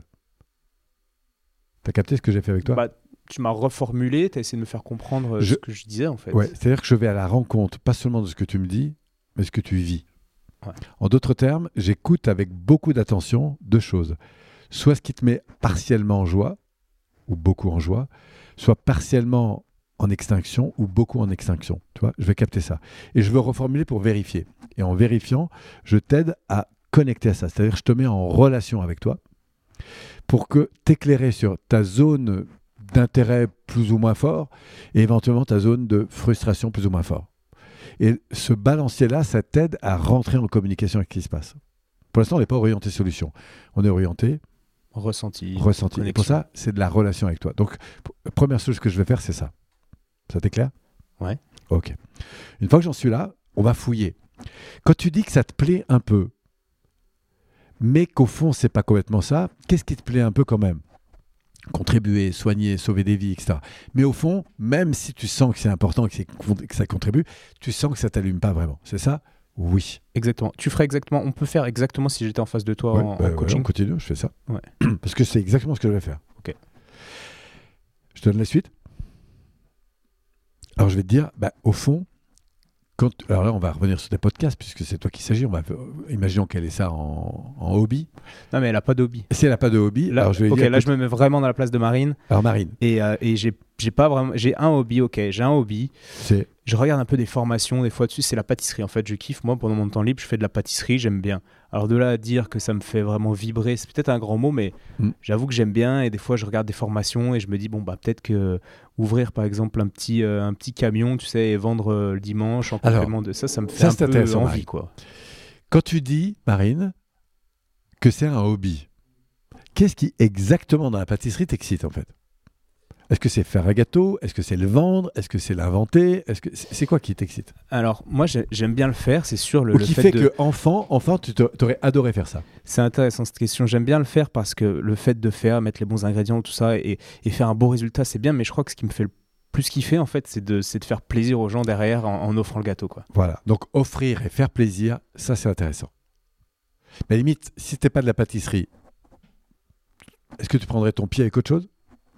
A: T'as capté ce que j'ai fait avec toi ?
B: Bah, tu m'as reformulé, tu as essayé de me faire comprendre euh,
A: Je-
B: ce que je disais, en fait.
A: Ouais, c'est-à-dire que je vais à la rencontre, pas seulement de ce que tu me dis, mais ce que tu vis.
B: Ouais.
A: En d'autres termes, j'écoute avec beaucoup d'attention deux choses. Soit ce qui te met partiellement en joie, ou beaucoup en joie, soit partiellement en extinction, ou beaucoup en extinction. Tu vois, je vais capter ça. Et je veux reformuler pour vérifier. Et en vérifiant, je t'aide à connecter à ça. C'est-à-dire que je te mets en relation avec toi pour que t'éclairer sur ta zone d'intérêt plus ou moins fort et éventuellement ta zone de frustration plus ou moins fort. Et ce balancier-là, ça t'aide à rentrer en communication avec ce qui se passe. Pour l'instant, on n'est pas orienté solution. On est orienté
B: Ressenti.
A: ressenti. Et
B: connexion.
A: pour ça, c'est de la relation avec toi. Donc, p- première chose que je vais faire, c'est ça. Ça t'est clair ?
B: Ouais.
A: Ok. Une fois que j'en suis là, on va fouiller. Quand tu dis que ça te plaît un peu, mais qu'au fond, c'est pas complètement ça. Qu'est-ce qui te plaît un peu quand même ? Contribuer, soigner, sauver des vies, et cetera. Mais au fond, même si tu sens que c'est important et que, c'est, que ça contribue, tu sens que ça t'allume pas vraiment. C'est ça ? Oui.
B: Exactement. Tu ferais exactement. On peut faire exactement si j'étais en face de toi
A: ouais,
B: en,
A: bah,
B: en coaching.
A: Ouais, on continue, je fais ça.
B: Ouais.
A: Parce que c'est exactement ce que je vais faire.
B: Ok.
A: Je te donne la suite. Alors je vais te dire, bah, au fond, quand, alors là on va revenir sur tes podcasts puisque c'est toi qui s'agit. On va imaginons qu'elle ait ça en, en hobby.
B: Non mais elle a pas de hobby.
A: Si elle a pas de hobby,
B: là,
A: alors je vais
B: ok,
A: dire,
B: là je me mets vraiment dans la place de Marine.
A: Alors Marine.
B: Et, euh, et j'ai, j'ai pas vraiment, j'ai un hobby. Ok, j'ai un hobby.
A: C'est.
B: Je regarde un peu des formations des fois dessus. C'est la pâtisserie en fait. Je kiffe moi pendant mon temps libre. Je fais de la pâtisserie. J'aime bien. Alors de là à dire que ça me fait vraiment vibrer, c'est peut-être un grand mot, mais mm. j'avoue que j'aime bien. Et des fois je regarde des formations et je me dis bon bah peut-être que ouvrir par exemple un petit euh, un petit camion, tu sais, et vendre euh, le dimanche en complément Alors, de ça, ça me fait ça, un peu envie Marine. Quoi.
A: Quand tu dis Marine que c'est un hobby, qu'est-ce qui exactement dans la pâtisserie t'excite en fait ? Est-ce que c'est faire un gâteau ? Est-ce que c'est le vendre ? Est-ce que c'est l'inventer ? Est-ce que c'est quoi qui t'excite ?
B: Alors moi j'aime bien le faire, c'est sûr. Le,
A: Ou
B: le
A: qui
B: fait,
A: fait
B: de...
A: que enfant, enfant, tu aurais adoré faire ça.
B: C'est intéressant cette question. J'aime bien le faire parce que le fait de faire, mettre les bons ingrédients, tout ça, et, et faire un beau résultat, c'est bien. Mais je crois que ce qui me fait le plus kiffer en fait, c'est de, c'est de faire plaisir aux gens derrière en, en offrant le gâteau, quoi.
A: Voilà. Donc offrir et faire plaisir, ça c'est intéressant. Mais limite, si c'était pas de la pâtisserie, est-ce que tu prendrais ton pied avec autre chose ?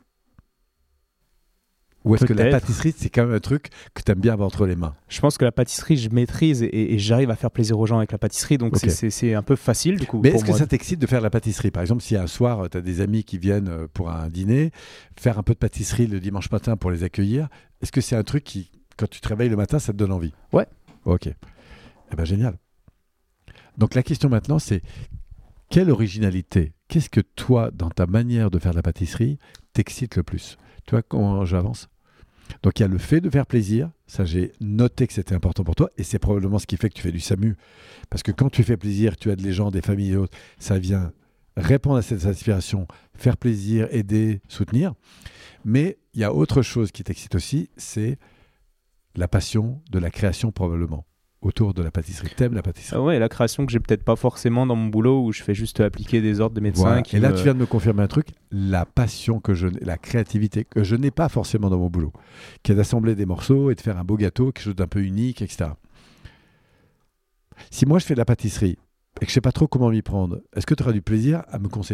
A: Ou est-ce Peut-être. que la pâtisserie, c'est quand même un truc que tu aimes bien avoir entre les mains ?
B: Je pense que la pâtisserie, je maîtrise et, et j'arrive à faire plaisir aux gens avec la pâtisserie, donc okay. c'est, c'est, c'est un peu facile du coup.
A: Mais
B: pour
A: est-ce
B: moi.
A: que ça t'excite de faire de la pâtisserie ? Par exemple, si un soir, tu as des amis qui viennent pour un dîner, faire un peu de pâtisserie le dimanche matin pour les accueillir, est-ce que c'est un truc qui, quand tu te réveilles le matin, ça te donne envie ?
B: Ouais.
A: Ok. Eh bien, génial. Donc la question maintenant, c'est quelle originalité, qu'est-ce que toi, dans ta manière de faire de la pâtisserie, t'excite le plus ? Tu vois comment j'avance ? Donc il y a le fait de faire plaisir, ça j'ai noté que c'était important pour toi, et c'est probablement ce qui fait que tu fais du SAMU, parce que quand tu fais plaisir, tu aides les gens, des familles et autres, ça vient répondre à cette aspiration, faire plaisir, aider, soutenir. Mais il y a autre chose qui t'excite aussi, c'est la passion de la création probablement, autour de la pâtisserie. T'aimes la pâtisserie ?
B: Ah ouais, la création que j'ai peut-être pas forcément dans mon boulot, où je fais juste appliquer des ordres de médecins.
A: Voilà.
B: Qui
A: et là,
B: me...
A: tu viens de me confirmer un truc, la passion que je, la créativité que je n'ai pas forcément dans mon boulot, qui est d'assembler des morceaux et de faire un beau gâteau, quelque chose d'un peu unique, et cetera. Si moi je fais de la pâtisserie et que je sais pas trop comment m'y prendre, est-ce que tu auras du plaisir à me conseiller ?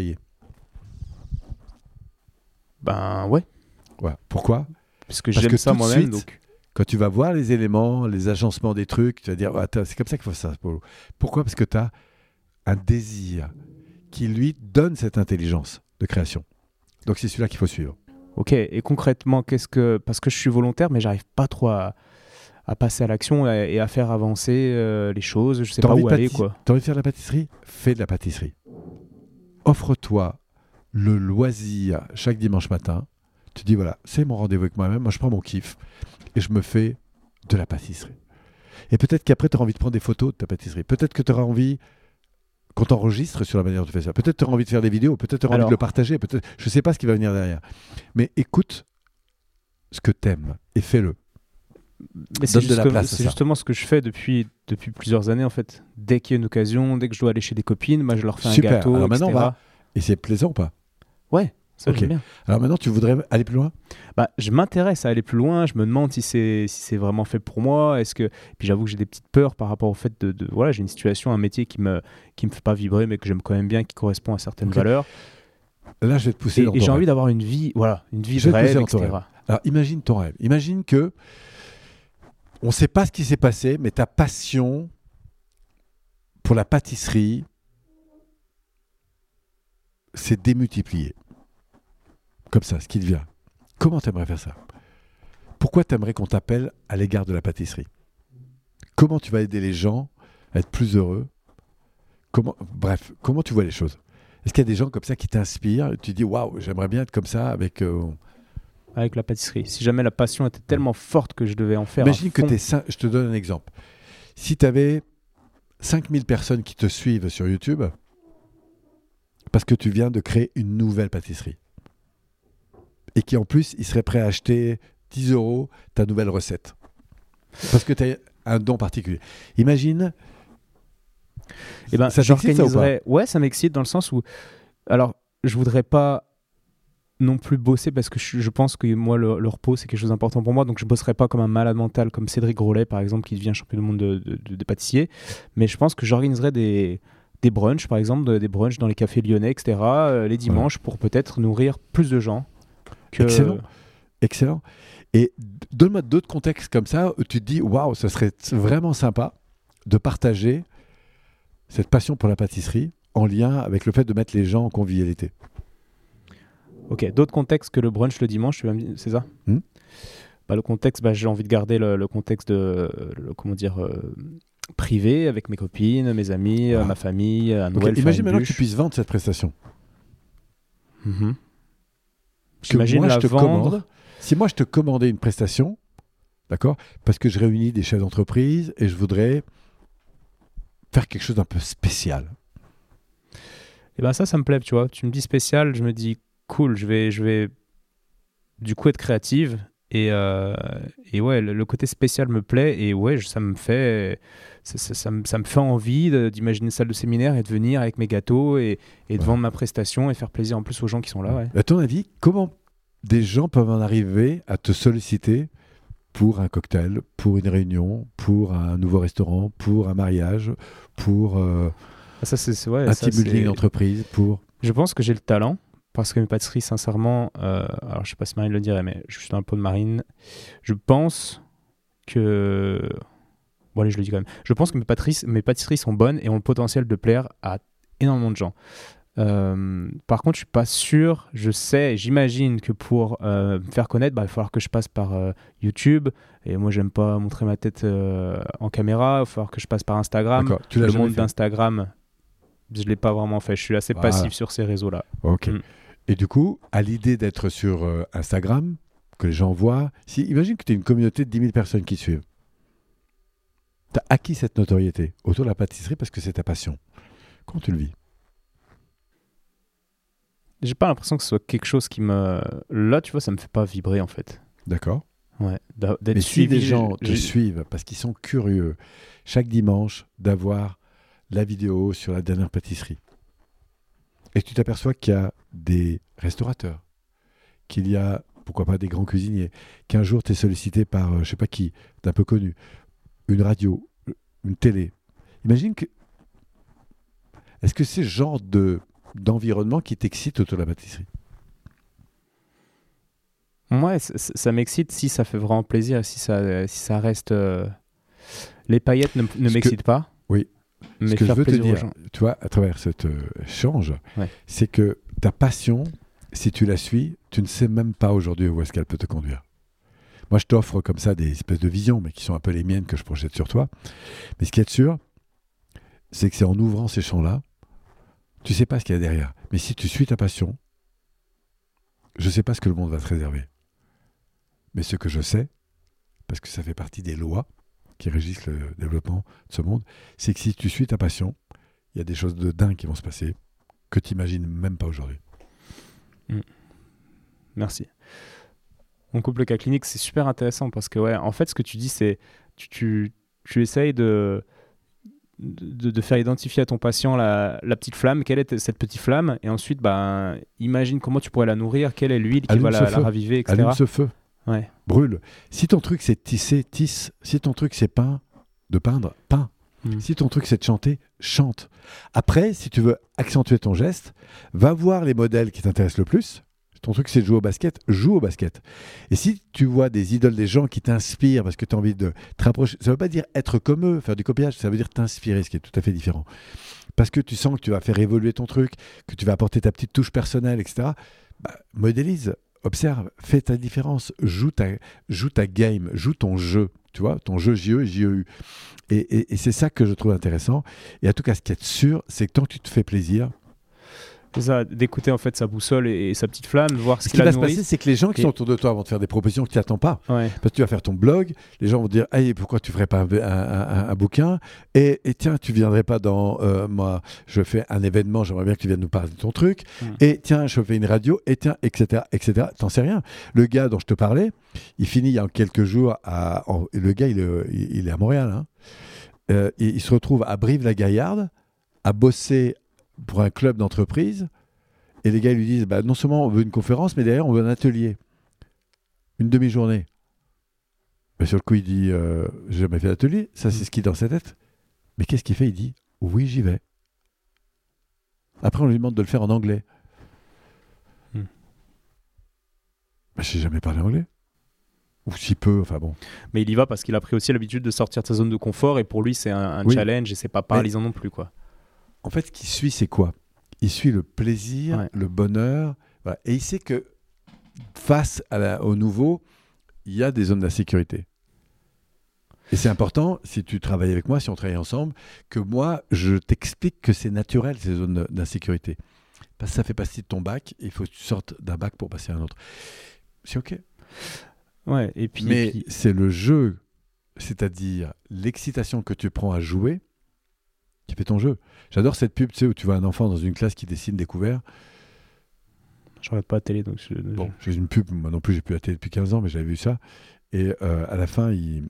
B: Ben ouais.
A: Ouais. Pourquoi ?
B: Parce que Parce j'aime que ça moi-même. Suite, donc...
A: Quand tu vas voir les éléments, les agencements des trucs, tu vas dire, oh, c'est comme ça qu'il faut ça, Polo. Pourquoi ? Parce que tu as un désir qui, lui, donne cette intelligence de création. Donc, c'est celui-là qu'il faut suivre.
B: Ok, et concrètement, qu'est-ce que... Parce que je suis volontaire, mais j'arrive pas trop à, à passer à l'action et à faire avancer euh, les choses. Je sais t'as pas où aller, pâtis... quoi.
A: T'as envie de faire de la pâtisserie ? Fais de la pâtisserie. Offre-toi le loisir chaque dimanche matin. Tu dis, voilà, c'est mon rendez-vous avec moi-même. Moi, je prends mon kiff. Et je me fais de la pâtisserie. Et peut-être qu'après, tu auras envie de prendre des photos de ta pâtisserie. Peut-être que tu auras envie qu'on t'enregistre sur la manière dont tu fais ça. Peut-être que tu auras envie de faire des vidéos. Peut-être que tu auras envie de le partager. Peut-être... Je ne sais pas ce qui va venir derrière. Mais écoute ce que tu aimes et fais-le.
B: Mais c'est, juste, c'est justement ce que je fais depuis, depuis plusieurs années, en fait. Dès qu'il y a une occasion, dès que je dois aller chez des copines, moi, je leur fais
A: Super.
B: un gâteau,
A: Alors
B: maintenant,
A: on va... Et c'est plaisant ou pas ?
B: Ouais. Ça,
A: okay.
B: bien.
A: Alors maintenant, tu voudrais aller plus loin ?
B: Bah, je m'intéresse à aller plus loin. Je me demande si c'est, si c'est vraiment fait pour moi. Est-ce que... Puis j'avoue que j'ai des petites peurs par rapport au fait de... de... Voilà, j'ai une situation, un métier qui ne me, qui me fait pas vibrer, mais que j'aime quand même bien, qui correspond à certaines okay. valeurs.
A: Là, je vais te pousser
B: et,
A: dans
B: et
A: ton
B: j'ai
A: rêve.
B: envie d'avoir une vie, voilà, une vie de rêve, et cetera.
A: Alors, imagine ton rêve. Imagine que on ne sait pas ce qui s'est passé, mais ta passion pour la pâtisserie s'est démultipliée. Comme ça, ce qui te vient. Comment tu aimerais faire ça ? Pourquoi tu aimerais qu'on t'appelle à l'égard de la pâtisserie ? Comment tu vas aider les gens à être plus heureux ? Comment, Bref, comment tu vois les choses ? Est-ce qu'il y a des gens comme ça qui t'inspirent ? Tu dis, waouh, j'aimerais bien être comme ça avec... Euh...
B: Avec la pâtisserie. Si jamais la passion était tellement forte que je devais en faire
A: Imagine
B: à fond...
A: que tu es... Je te donne un exemple. Si tu avais cinq mille personnes qui te suivent sur YouTube, parce que tu viens de créer une nouvelle pâtisserie, et qui en plus, ils seraient prêts à acheter dix euros ta nouvelle recette. Parce que tu as un don particulier. Imagine,
B: Eh ben,
A: ça t'excite, ça, ou pas?
B: j'organiserais. Ouais, ça m'excite dans le sens où, alors, je voudrais pas non plus bosser parce que je, je pense que moi le, le repos c'est quelque chose d'important pour moi, donc je bosserai pas comme un malade mental comme Cédric Grolet par exemple qui devient champion du monde de, de, de, de pâtissier, mais je pense que j'organiserai des, des brunchs par exemple, de, des brunchs dans les cafés lyonnais, etc., euh, les dimanches, ouais, pour peut-être nourrir plus de gens que...
A: Excellent, excellent. Et donne-moi d'autres contextes comme ça où tu te dis waouh, ça serait vraiment sympa de partager cette passion pour la pâtisserie en lien avec le fait de mettre les gens en convivialité.
B: Ok, d'autres contextes que le brunch le dimanche, tu vas me dire, c'est ça?
A: hmm
B: bah, Le contexte, bah, j'ai envie de garder le, le contexte de, le, comment dire, euh, privé avec mes copines, mes amis, ah. euh, ma famille, à Noël.
A: Okay. Imagine maintenant que tu puisses vendre cette prestation.
B: Mm-hmm.
A: J'imagine la je te vendre. Commande, si moi je te commandais une prestation, d'accord, parce que je réunis des chefs d'entreprise et je voudrais faire quelque chose d'un peu spécial.
B: Et ben ça, ça me plaît, tu vois. Tu me dis spécial, je me dis cool, je vais, je vais du coup être créative et, euh, et ouais, le, le côté spécial me plaît et ouais, ça me fait, ça, ça, ça, me, ça me fait envie de, d'imaginer une salle de séminaire et de venir avec mes gâteaux et, et de ouais. vendre ma prestation et faire plaisir en plus aux gens qui sont là. Ouais.
A: À ton avis, comment des gens peuvent en arriver à te solliciter pour un cocktail, pour une réunion, pour un nouveau restaurant, pour un mariage, pour euh,
B: ça, c'est, c'est, ouais,
A: un
B: ça,
A: team building d'entreprise, pour...
B: Je pense que j'ai le talent. Parce que mes pâtisseries, sincèrement, euh, alors je sais pas si Marine le dirait, mais je suis dans le pot de Marine. Je pense que. Bon, allez, je le dis quand même. Je pense que mes pâtisseries, mes pâtisseries sont bonnes et ont le potentiel de plaire à énormément de gens. Euh, par contre, je suis pas sûr. Je sais, j'imagine que pour euh, me faire connaître, bah, il va falloir que je passe par euh, YouTube. Et moi, j'aime pas montrer ma tête euh, en caméra. Il va falloir que je passe par Instagram.
A: D'accord. Tu l'as
B: le
A: jamais
B: monde
A: fait.
B: d'Instagram, je l'ai pas vraiment fait. Je suis assez
A: voilà.
B: passif sur ces réseaux-là.
A: Ok.
B: Mm.
A: Et du coup, à l'idée d'être sur euh, Instagram, que les gens voient, si, imagine que tu as une communauté de dix mille personnes qui te suivent. Tu as acquis cette notoriété autour de la pâtisserie parce que c'est ta passion. Comment tu le vis?
B: J'ai pas l'impression que ce soit quelque chose qui me... Là, tu vois, ça me fait pas vibrer, en fait.
A: D'accord.
B: Ouais, d'être
A: Mais
B: suivi,
A: si des gens
B: j'ai...
A: te suivent parce qu'ils sont curieux, chaque dimanche, d'avoir la vidéo sur la dernière pâtisserie, et tu t'aperçois qu'il y a des restaurateurs, qu'il y a, pourquoi pas, des grands cuisiniers, qu'un jour tu es sollicité par, euh, je sais pas qui, d'un peu connu, une radio, une télé. Imagine que... Est-ce que c'est ce genre de, d'environnement qui t'excite autour de la pâtisserie?
B: Ouais, ça, ça m'excite si ça fait vraiment plaisir, si ça, si ça reste... Euh... Les paillettes ne, ne m'excitent
A: que...
B: pas.
A: Oui.
B: Mais
A: ce que je veux te dire,
B: gens.
A: tu vois, à travers cet euh, échange,
B: ouais.
A: c'est que ta passion, si tu la suis, tu ne sais même pas aujourd'hui où est-ce qu'elle peut te conduire. Moi, je t'offre comme ça des espèces de visions, mais qui sont un peu les miennes que je projette sur toi. Mais ce qui est sûr, c'est que c'est en ouvrant ces champs-là, tu ne sais pas ce qu'il y a derrière. Mais si tu suis ta passion, je ne sais pas ce que le monde va te réserver. Mais ce que je sais, parce que ça fait partie des lois qui régissent le développement de ce monde, c'est que si tu suis ta passion, il y a des choses de dingue qui vont se passer que tu n'imagines même pas aujourd'hui.
B: Mmh. Merci. On coupe le cas clinique, c'est super intéressant parce que, ouais, en fait, ce que tu dis, c'est tu, tu, tu essayes de, de, de faire identifier à ton patient la, la petite flamme, quelle est cette petite flamme, et ensuite, bah, imagine comment tu pourrais la nourrir, quelle est l'huile qui
A: Allume
B: va la,
A: ce
B: la raviver, et cetera.
A: Allume ce feu.
B: Ouais.
A: Brûle. Si ton truc c'est tisser, tisse. Si ton truc c'est peindre, de peindre, peins. Mmh. Si ton truc c'est de chanter, chante. Après, si tu veux accentuer ton geste, va voir les modèles qui t'intéressent le plus. Ton truc c'est de jouer au basket, joue au basket. Et si tu vois des idoles, des gens qui t'inspirent parce que tu as envie de te rapprocher, ça ne veut pas dire être comme eux, faire du copiage, ça veut dire t'inspirer, ce qui est tout à fait différent. Parce que tu sens que tu vas faire évoluer ton truc, que tu vas apporter ta petite touche personnelle, et cetera. Bah, modélise. Observe, fais ta différence, joue ta, joue ta game, joue ton jeu, tu vois, ton jeu J E et J E U. Et, et, et c'est ça que je trouve intéressant. Et en tout cas, ce qui est sûr, c'est que tant que tu te fais plaisir...
B: C'est ça, d'écouter en fait sa boussole et, et sa petite flamme, voir ce,
A: ce
B: qui
A: qui va
B: nourrit.
A: se passer, c'est que les gens qui et... sont autour de toi vont te faire des propositions que tu n'attends pas.
B: Ouais.
A: Parce que tu vas faire ton blog, les gens vont te dire hey, pourquoi tu ne ferais pas un, un, un, un bouquin et, et tiens, tu ne viendrais pas dans euh, moi, je fais un événement, j'aimerais bien que tu viennes nous parler de ton truc. Mmh. Et tiens, je fais une radio, et tiens, et cetera, et cetera. T'en sais rien. Le gars dont je te parlais, il finit il y a quelques jours, à, en, le gars, il, il, il est à Montréal. Hein. Euh, il, il se retrouve à Brive-la-Gaillarde à bosser pour un club d'entreprise et les gars lui disent bah, non seulement on veut une conférence, mais derrière on veut un atelier. Une demi-journée. Et sur le coup, il dit euh, j'ai jamais fait d'atelier. Ça, c'est ce qui est dans sa tête. Mais qu'est-ce qu'il fait? Il dit oui, j'y vais. Après, on lui demande de le faire en anglais. Hmm. Bah, je n'ai jamais parlé anglais. Ou si peu, enfin bon.
B: Mais il y va parce qu'il a pris aussi l'habitude de sortir de sa zone de confort et pour lui, c'est un, un
A: oui.
B: challenge et c'est pas paralysant Mais, non plus, quoi.
A: En fait, ce qu'il suit, c'est quoi? Il suit le plaisir, ouais. le bonheur. Voilà. Et il sait que face à la, au nouveau, il y a des zones d'insécurité. Et c'est important, si tu travailles avec moi, si on travaille ensemble, que moi, je t'explique que c'est naturel, ces zones d'insécurité. Parce que ça fait partie de ton bac, et il faut que tu sortes d'un bac pour passer à un autre. C'est OK.
B: Ouais, et puis,
A: Mais
B: et puis...
A: c'est le jeu, c'est-à-dire l'excitation que tu prends à jouer, qui fait ton jeu. J'adore cette pub, tu sais, où tu vois un enfant dans une classe qui dessine des couverts.
B: Je regarde pas la télé, donc... Je...
A: Bon, j'ai une pub, moi non plus, j'ai plus la télé depuis quinze ans, mais j'avais vu ça. Et euh, à la fin, il...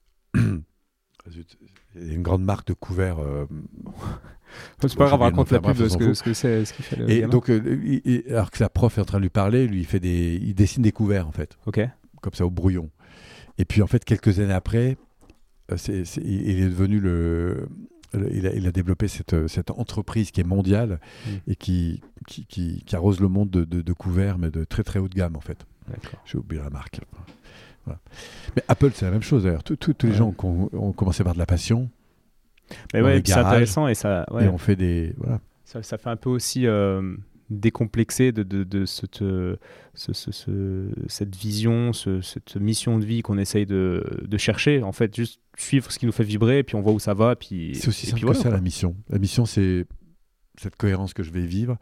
A: il y a une grande marque de couverts. Euh...
B: C'est pas grave, raconte la pub de ce que, ce que c'est, ce qu'il fait. Le
A: et
B: gamin.
A: donc, euh, il, il, alors que sa prof est en train de lui parler, lui, il, fait des, il dessine des couverts, en fait.
B: Ok.
A: Comme ça, au brouillon. Et puis, en fait, quelques années après, c'est, c'est, il est devenu le... le il, a, il a développé cette, cette entreprise qui est mondiale mmh. et qui, qui, qui, qui arrose le monde de, de, de couverts, mais de très, très haut de gamme, en fait.
B: D'accord.
A: J'ai oublié la marque. Voilà. Mais Apple, c'est la même chose d'ailleurs. Tous les ouais. gens ont, ont commencé par de la passion.
B: Mais ouais, c'est intéressant et ça. Ouais.
A: Et on fait des. Voilà.
B: Ça, ça fait un peu aussi euh, décomplexer de, de, de cette, ce, ce, ce, cette vision, ce, cette mission de vie qu'on essaye de, de chercher. En fait, juste suivre ce qui nous fait vibrer, et puis on voit où ça va. Puis,
A: c'est aussi
B: et
A: simple
B: puis
A: que
B: voilà,
A: ça,
B: quoi.
A: la mission. La mission, c'est cette cohérence que je vais vivre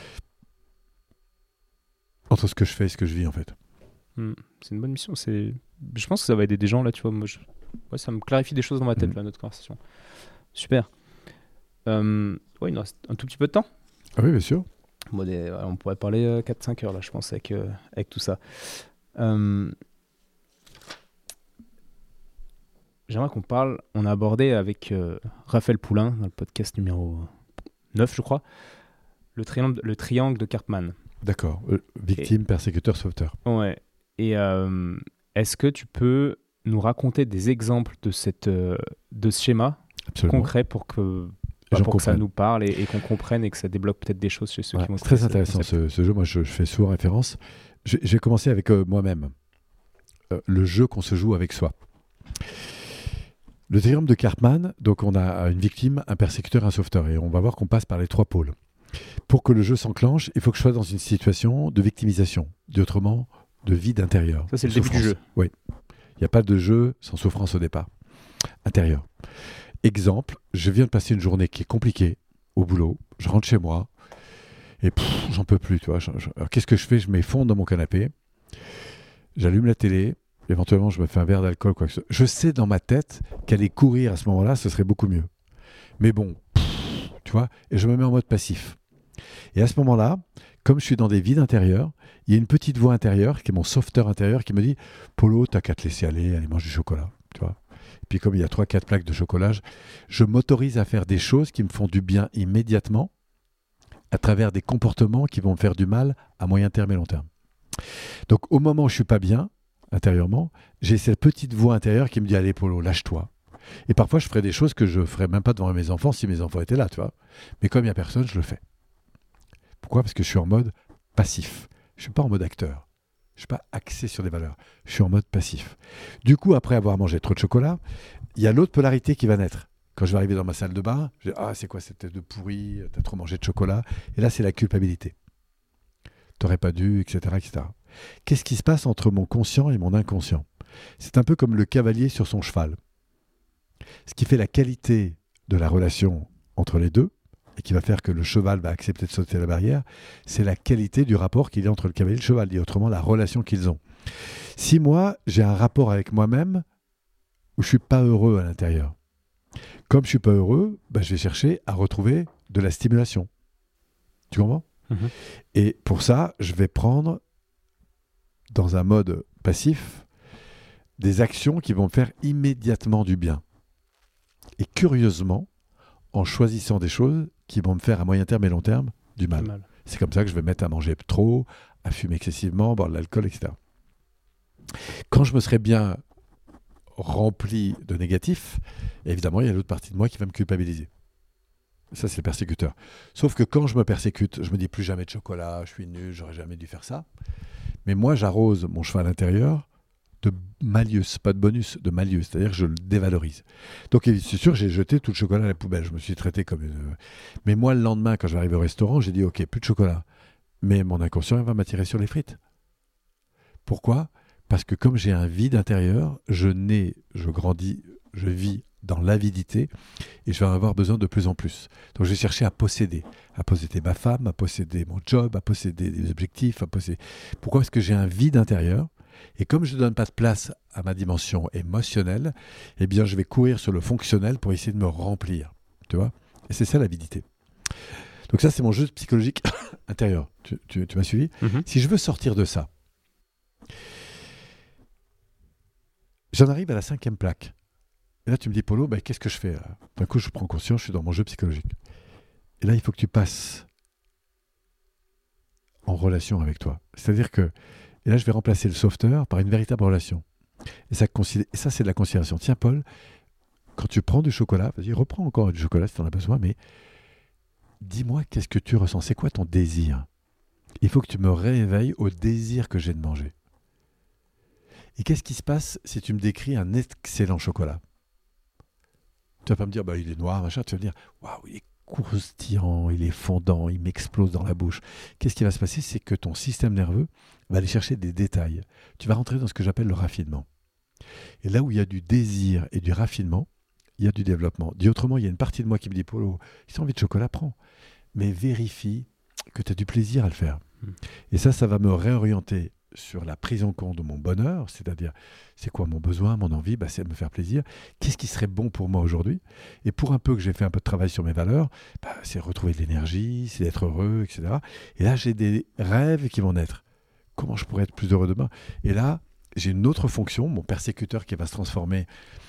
A: entre ce que je fais et ce que je vis, en fait.
B: Mmh. C'est une bonne mission. C'est... Je pense que ça va aider des gens, là, tu vois. Moi, je... ouais, ça me clarifie des choses dans ma tête, mmh. là, notre conversation. Super. Euh... Ouais, il nous reste un tout petit peu de temps.
A: Ah oui, bien sûr.
B: Bon, des... On pourrait parler euh, quatre cinq heures, là, je pense, avec, euh, avec tout ça. Euh... J'aimerais qu'on parle... On a abordé avec euh, Raphaël Poulain, dans le podcast numéro neuf, je crois, le triangle, le triangle de Karpman.
A: D'accord. Euh, victime, et... persécuteur, sauveteur.
B: Ouais. Et euh, est-ce que tu peux nous raconter des exemples de, cette, euh, de ce schéma
A: Absolument.
B: concret pour que, bah, pour que ça nous parle et, et qu'on comprenne et que ça débloque peut-être des choses chez ceux
A: ouais,
B: qui vont...
A: C'est très intéressant ce, ce jeu. Moi, je, je fais souvent référence. Je, j'ai commencé avec euh, moi-même. Euh, le jeu qu'on se joue avec soi. Le triangle de Karpman, donc on a une victime, un persécuteur, un sauveteur. Et on va voir qu'on passe par les trois pôles. Pour que le jeu s'enclenche, il faut que je sois dans une situation de victimisation. Autrement, de vide intérieur.
B: Ça, c'est le
A: souffrance.
B: début du jeu.
A: Oui. Il n'y a pas de jeu sans souffrance au départ. Intérieur. Exemple, je viens de passer une journée qui est compliquée au boulot. Je rentre chez moi et pff, j'en peux plus. Tu vois. Je, je, alors, qu'est-ce que je fais? Je m'effondre dans mon canapé. J'allume la télé. Éventuellement, je me fais un verre d'alcool. Quoi que ce soit. Je sais dans ma tête qu'aller courir à ce moment-là, ce serait beaucoup mieux. Mais bon, pff, tu vois, et je me mets en mode passif. Et à ce moment-là, comme je suis dans des vides intérieurs, il y a une petite voix intérieure, qui est mon sauveteur intérieur, qui me dit « Polo, t'as qu'à te laisser aller, aller manger du chocolat. » Tu vois. Et puis comme il y a trois quatre plaques de chocolat, je m'autorise à faire des choses qui me font du bien immédiatement, à travers des comportements qui vont me faire du mal à moyen terme et long terme. Donc au moment où je ne suis pas bien, intérieurement, j'ai cette petite voix intérieure qui me dit « Allez Polo, lâche-toi. » Et parfois, je ferais des choses que je ne ferais même pas devant mes enfants si mes enfants étaient là, tu vois. Mais comme il n'y a personne, je le fais. Pourquoi ? Parce que je suis en mode passif. Je ne suis pas en mode acteur. Je ne suis pas axé sur des valeurs. Je suis en mode passif. Du coup, après avoir mangé trop de chocolat, il y a l'autre polarité qui va naître. Quand je vais arriver dans ma salle de bain, je dis « Ah, c'est quoi cette tête de pourri ? T'as trop mangé de chocolat ?» Et là, c'est la culpabilité. T'aurais pas dû, et cetera, et cetera. Qu'est-ce qui se passe entre mon conscient et mon inconscient ? C'est un peu comme le cavalier sur son cheval. Ce qui fait la qualité de la relation entre les deux, et qui va faire que le cheval va accepter de sauter la barrière, c'est la qualité du rapport qu'il y a entre le cavalier et le cheval, et autrement la relation qu'ils ont. Si moi, j'ai un rapport avec moi-même où je ne suis pas heureux à l'intérieur, comme je ne suis pas heureux, bah, je vais chercher à retrouver de la stimulation. Tu comprends ? Mmh. Et pour ça, je vais prendre, dans un mode passif, des actions qui vont me faire immédiatement du bien. Et curieusement, en choisissant des choses qui vont me faire à moyen terme et long terme du mal.
B: mal.
A: C'est comme ça que je vais mettre à manger trop, à fumer excessivement, boire de l'alcool, et cetera. Quand je me serais bien rempli de négatif, évidemment, il y a l'autre partie de moi qui va me culpabiliser. Ça, c'est le persécuteur. Sauf que quand je me persécute, je me dis plus jamais de chocolat, je suis nul, j'aurais jamais dû faire ça. Mais moi, j'arrose mon cheval intérieur de malus, pas de bonus, de malus, c'est-à-dire que je le dévalorise. Donc, c'est sûr, j'ai jeté tout le chocolat à la poubelle. Je me suis traité comme une... Mais moi, le lendemain, quand je vais arriver au restaurant, j'ai dit, OK, plus de chocolat. Mais mon inconscient, il va m'attirer sur les frites. Pourquoi ? Parce que comme j'ai un vide intérieur, je nais, je grandis, je vis dans l'avidité et je vais en avoir besoin de plus en plus. Donc je vais chercher à posséder, à posséder ma femme, à posséder mon job, à posséder des objectifs, à posséder... Pourquoi ? Parce que j'ai un vide intérieur et comme je ne donne pas de place à ma dimension émotionnelle, eh bien je vais courir sur le fonctionnel pour essayer de me remplir. Tu vois ? Et c'est ça l'avidité. Donc ça c'est mon jeu psychologique intérieur. Tu, tu, tu m'as suivi ?
B: Mm-hmm.
A: Si je veux sortir de ça, j'en arrive à la cinquième plaque. Et là, tu me dis, Polo, ben, qu'est-ce que je fais là ? D'un coup, je prends conscience, je suis dans mon jeu psychologique. Et là, il faut que tu passes en relation avec toi. C'est-à-dire que, et là, je vais remplacer le sauveteur par une véritable relation. Et ça, et ça c'est de la considération. Tiens, Paul, quand tu prends du chocolat, vas-y, reprends encore du chocolat si tu en as besoin, mais dis-moi, qu'est-ce que tu ressens ? C'est quoi ton désir ? Il faut que tu me réveilles au désir que j'ai de manger. Et qu'est-ce qui se passe si tu me décris un excellent chocolat ? Tu vas pas me dire, bah, il est noir, machin. Tu vas me dire, waouh, il est croustillant, il est fondant, il m'explose dans la bouche. Qu'est-ce qui va se passer ? C'est que ton système nerveux va aller chercher des détails. Tu vas rentrer dans ce que j'appelle le raffinement. Et là où il y a du désir et du raffinement, il y a du développement. Dit autrement, il y a une partie de moi qui me dit, Polo, si tu as envie de chocolat, prends. Mais vérifie que tu as du plaisir à le faire. Mmh. Et ça, ça va me réorienter sur la prise en compte de mon bonheur, c'est-à-dire c'est quoi mon besoin, mon envie, bah, c'est de me faire plaisir. Qu'est-ce qui serait bon pour moi aujourd'hui ? Et pour un peu que j'ai fait un peu de travail sur mes valeurs, bah, c'est retrouver de l'énergie, c'est d'être heureux, et cetera. Et là, j'ai des rêves qui vont naître. Comment je pourrais être plus heureux demain ? Et là, j'ai une autre fonction, mon persécuteur qui va se transformer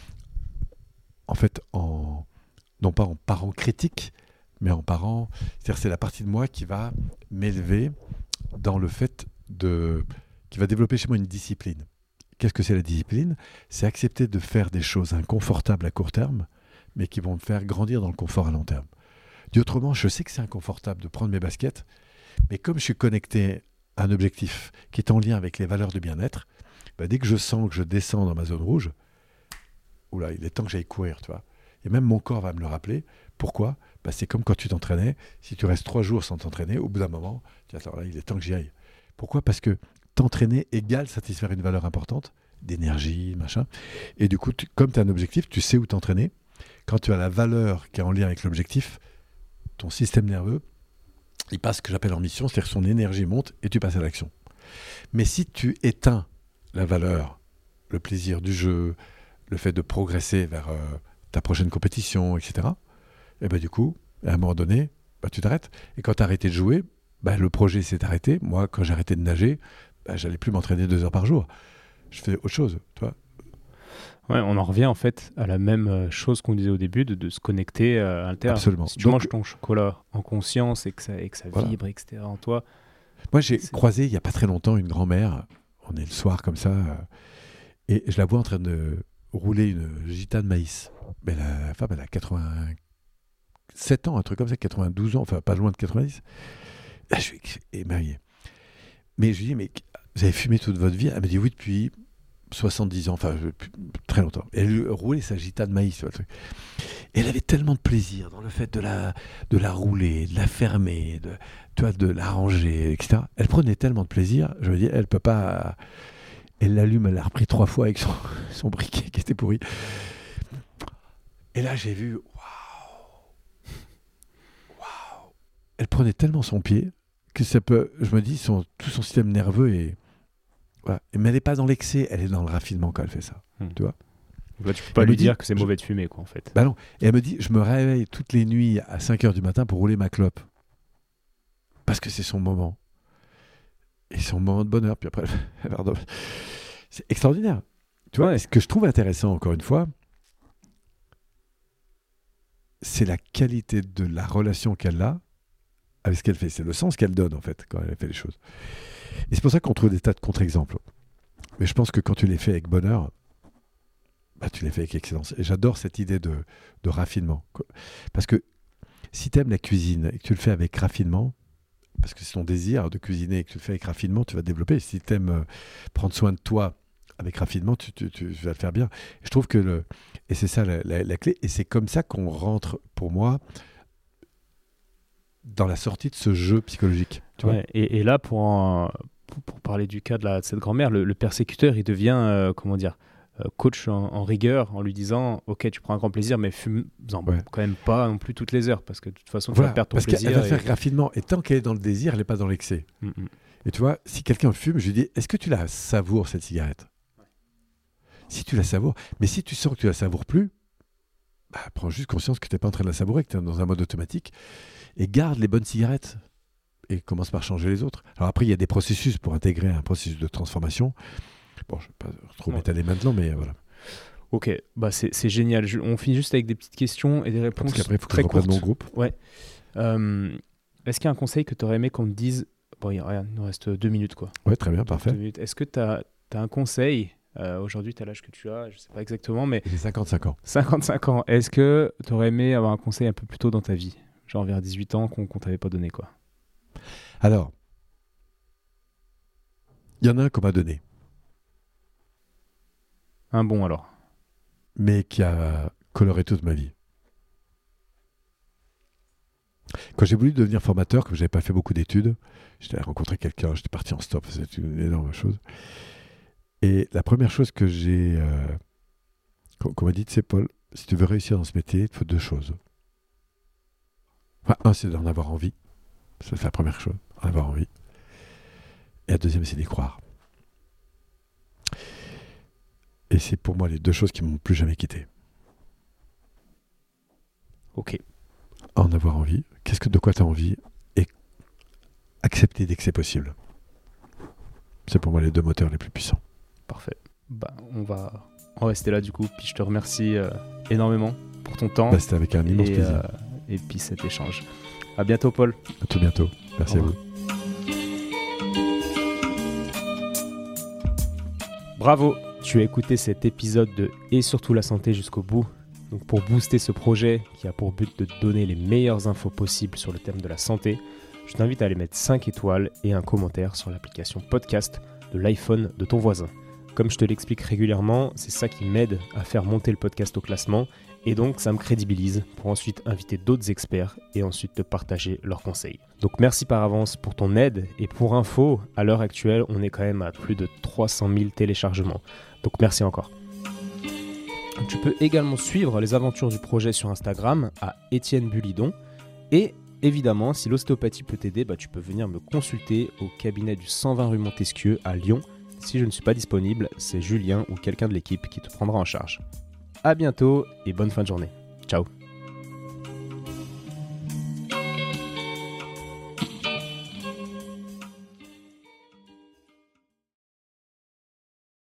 A: en fait en, non pas en parent critique, mais en parent, c'est-à-dire c'est la partie de moi qui va m'élever dans le fait de... qui va développer chez moi une discipline. Qu'est-ce que c'est la discipline ? C'est accepter de faire des choses inconfortables à court terme, mais qui vont me faire grandir dans le confort à long terme. Dit autrement, je sais que c'est inconfortable de prendre mes baskets, mais comme je suis connecté à un objectif qui est en lien avec les valeurs de bien-être, bah dès que je sens que je descends dans ma zone rouge, oula, il est temps que j'aille courir, tu vois. Et même mon corps va me le rappeler. Pourquoi ? Bah, c'est comme quand tu t'entraînais. Si tu restes trois jours sans t'entraîner, au bout d'un moment, tu dis, attends, là, il est temps que j'y aille. Pourquoi ? Parce que t'entraîner égale satisfaire une valeur importante, d'énergie, machin. Et du coup, tu, comme tu as un objectif, tu sais où t'entraîner. Quand tu as la valeur qui est en lien avec l'objectif, ton système nerveux, il passe ce que j'appelle en mission, c'est-à-dire que son énergie monte et tu passes à l'action. Mais si tu éteins la valeur, le plaisir du jeu, le fait de progresser vers euh, ta prochaine compétition, et cetera, et ben du coup, à un moment donné, bah, tu t'arrêtes. Et quand tu as arrêté de jouer, bah, le projet s'est arrêté. Moi, quand j'ai arrêté de nager, bah, j'allais plus m'entraîner deux heures par jour. Je fais autre chose, tu vois.
B: Ouais, on en revient en fait à la même chose qu'on disait au début, de, de se connecter à l'intérieur.
A: Absolument.
B: Si tu
A: Donc,
B: manges ton chocolat en conscience et que ça, et que ça
A: voilà.
B: vibre, et cetera en toi.
A: Moi, j'ai
B: c'est...
A: croisé il n'y a pas très longtemps une grand-mère. On est le soir comme ça. Euh, et je la vois en train de rouler une gitane de maïs. Mais la femme, elle a quatre-vingt-sept ans, un truc comme ça, quatre-vingt-douze ans, enfin pas loin de quatre-vingt-dix. Là, je suis émerveillé. Mais je lui dis, mais vous avez fumé toute votre vie ? Elle me dit, oui, depuis soixante-dix ans, enfin depuis très longtemps. Et elle roulait sa gitane de maïs. Tu vois, le truc. Et elle avait tellement de plaisir dans le fait de la, de la rouler, de la fermer, de, tu vois, de la ranger, et cetera. Elle prenait tellement de plaisir, je me dis, elle peut pas... Elle l'allume, elle l'a repris trois fois avec son, son briquet qui était pourri. Et là, j'ai vu, waouh, waouh. Elle prenait tellement son pied que ça peut, je me dis, son, tout son système nerveux est... Voilà. Mais elle n'est pas dans l'excès, elle est dans le raffinement quand elle fait ça,
B: mmh.
A: tu vois.
B: Bah, tu peux pas
A: elle
B: lui
A: dit,
B: dire que c'est
A: je...
B: mauvais de fumer, quoi, en fait.
A: Bah non. Et elle me dit, je me réveille toutes les nuits à cinq heures du matin pour rouler ma clope. Parce que c'est son moment. Et son moment de bonheur. Puis après, elle va redonner. C'est extraordinaire. Tu vois, ouais. Ce que je trouve intéressant, encore une fois, c'est la qualité de la relation qu'elle a avec ce qu'elle fait. C'est le sens qu'elle donne, en fait, quand elle fait les choses. Et c'est pour ça qu'on trouve des tas de contre-exemples. Mais je pense que quand tu les fais avec bonheur, bah, tu les fais avec excellence. Et j'adore cette idée de, de raffinement. Parce que si tu aimes la cuisine et que tu le fais avec raffinement, parce que c'est ton désir de cuisiner et que tu le fais avec raffinement, tu vas te développer. Si tu aimes euh, prendre soin de toi avec raffinement, tu, tu, tu vas le faire bien. Et je trouve que, le, et c'est ça la, la, la clé, et c'est comme ça qu'on rentre, pour moi, dans la sortie de ce jeu psychologique. Tu
B: ouais,
A: vois
B: et, et là, pour, en, pour, pour parler du cas de, la, de cette grand-mère, le, le persécuteur, il devient, euh, comment dire, euh, coach en, en rigueur, en lui disant « Ok, tu prends un grand plaisir, mais fume-en ouais. quand même pas non plus toutes les heures, parce que de toute façon, tu
A: voilà,
B: vas perdre ton
A: parce
B: plaisir. »
A: Parce qu'elle va
B: et...
A: faire raffinement, et tant qu'elle est dans le désir, elle n'est pas dans l'excès. Mm-hmm. Et tu vois, si quelqu'un fume, je lui dis « Est-ce que tu la savoures, cette cigarette ?» Si tu la savoures, mais si tu sens que tu la savoures plus, bah, prends juste conscience que tu n'es pas en train de la savourer, que tu es dans un mode automatique, et garde les bonnes cigarettes et commence par changer les autres. Alors après, il y a des processus pour intégrer un processus de transformation. Bon, je ne vais pas trop m'étaler maintenant, mais voilà.
B: Ok, bah c'est, c'est génial. Je, on finit juste avec des petites questions et des réponses très courtes. Parce qu'après, il faut que je reprenne mon groupe. Ouais. Euh, est-ce qu'il y a un conseil que tu aurais aimé qu'on te dise ? Bon, il nous reste deux minutes, quoi.
A: Ouais, très bien, parfait.
B: Est-ce que tu as un conseil ? Euh, aujourd'hui, tu as l'âge que tu as, je ne sais pas exactement, mais...
A: J'ai cinquante-cinq ans.
B: cinquante-cinq ans. Est-ce que tu aurais aimé avoir un conseil un peu plus tôt dans ta vie ? Genre vers dix-huit ans, qu'on ne t'avait pas donné, quoi.
A: Alors, il y en a un qu'on m'a donné.
B: Un bon, alors.
A: Mais qui a coloré toute ma vie. Quand j'ai voulu devenir formateur, comme je n'avais pas fait beaucoup d'études, j'étais rencontré quelqu'un, j'étais parti en stop, c'était une énorme chose. Et la première chose que j'ai... Euh, qu'on m'a dit, c'est Paul, si tu veux réussir dans ce métier, il te faut deux choses. Enfin, un, c'est d'en avoir envie. Ça, c'est la première chose, en avoir envie. Et la deuxième, c'est d'y croire. Et c'est pour moi les deux choses qui ne m'ont plus jamais quitté.
B: Ok.
A: En avoir envie, qu'est-ce que, de quoi tu as envie, et accepter dès que c'est possible. C'est pour moi les deux moteurs les plus puissants.
B: Parfait. Bah, on va en rester là du coup. Puis je te remercie euh, énormément pour ton temps.
A: Bah, c'était avec un immense
B: et,
A: plaisir.
B: Euh, et puis cet échange. À bientôt, Paul.
A: À tout bientôt. Merci à vous.
B: Bravo, tu as écouté cet épisode de Et surtout la santé jusqu'au bout. Donc pour booster ce projet qui a pour but de te donner les meilleures infos possibles sur le thème de la santé, je t'invite à aller mettre cinq étoiles et un commentaire sur l'application podcast de l'iPhone de ton voisin. Comme je te l'explique régulièrement, c'est ça qui m'aide à faire monter le podcast au classement et donc ça me crédibilise pour ensuite inviter d'autres experts et ensuite te partager leurs conseils. Donc merci par avance pour ton aide et pour info, à l'heure actuelle, on est quand même à plus de trois cent mille téléchargements. Donc merci encore. Tu peux également suivre les aventures du projet sur Instagram à Étienne Bulidon et évidemment, si l'ostéopathie peut t'aider, bah, tu peux venir me consulter au cabinet du cent vingt rue Montesquieu à Lyon. Si je ne suis pas disponible, c'est Julien ou quelqu'un de l'équipe qui te prendra en charge. À bientôt et bonne fin de journée. Ciao.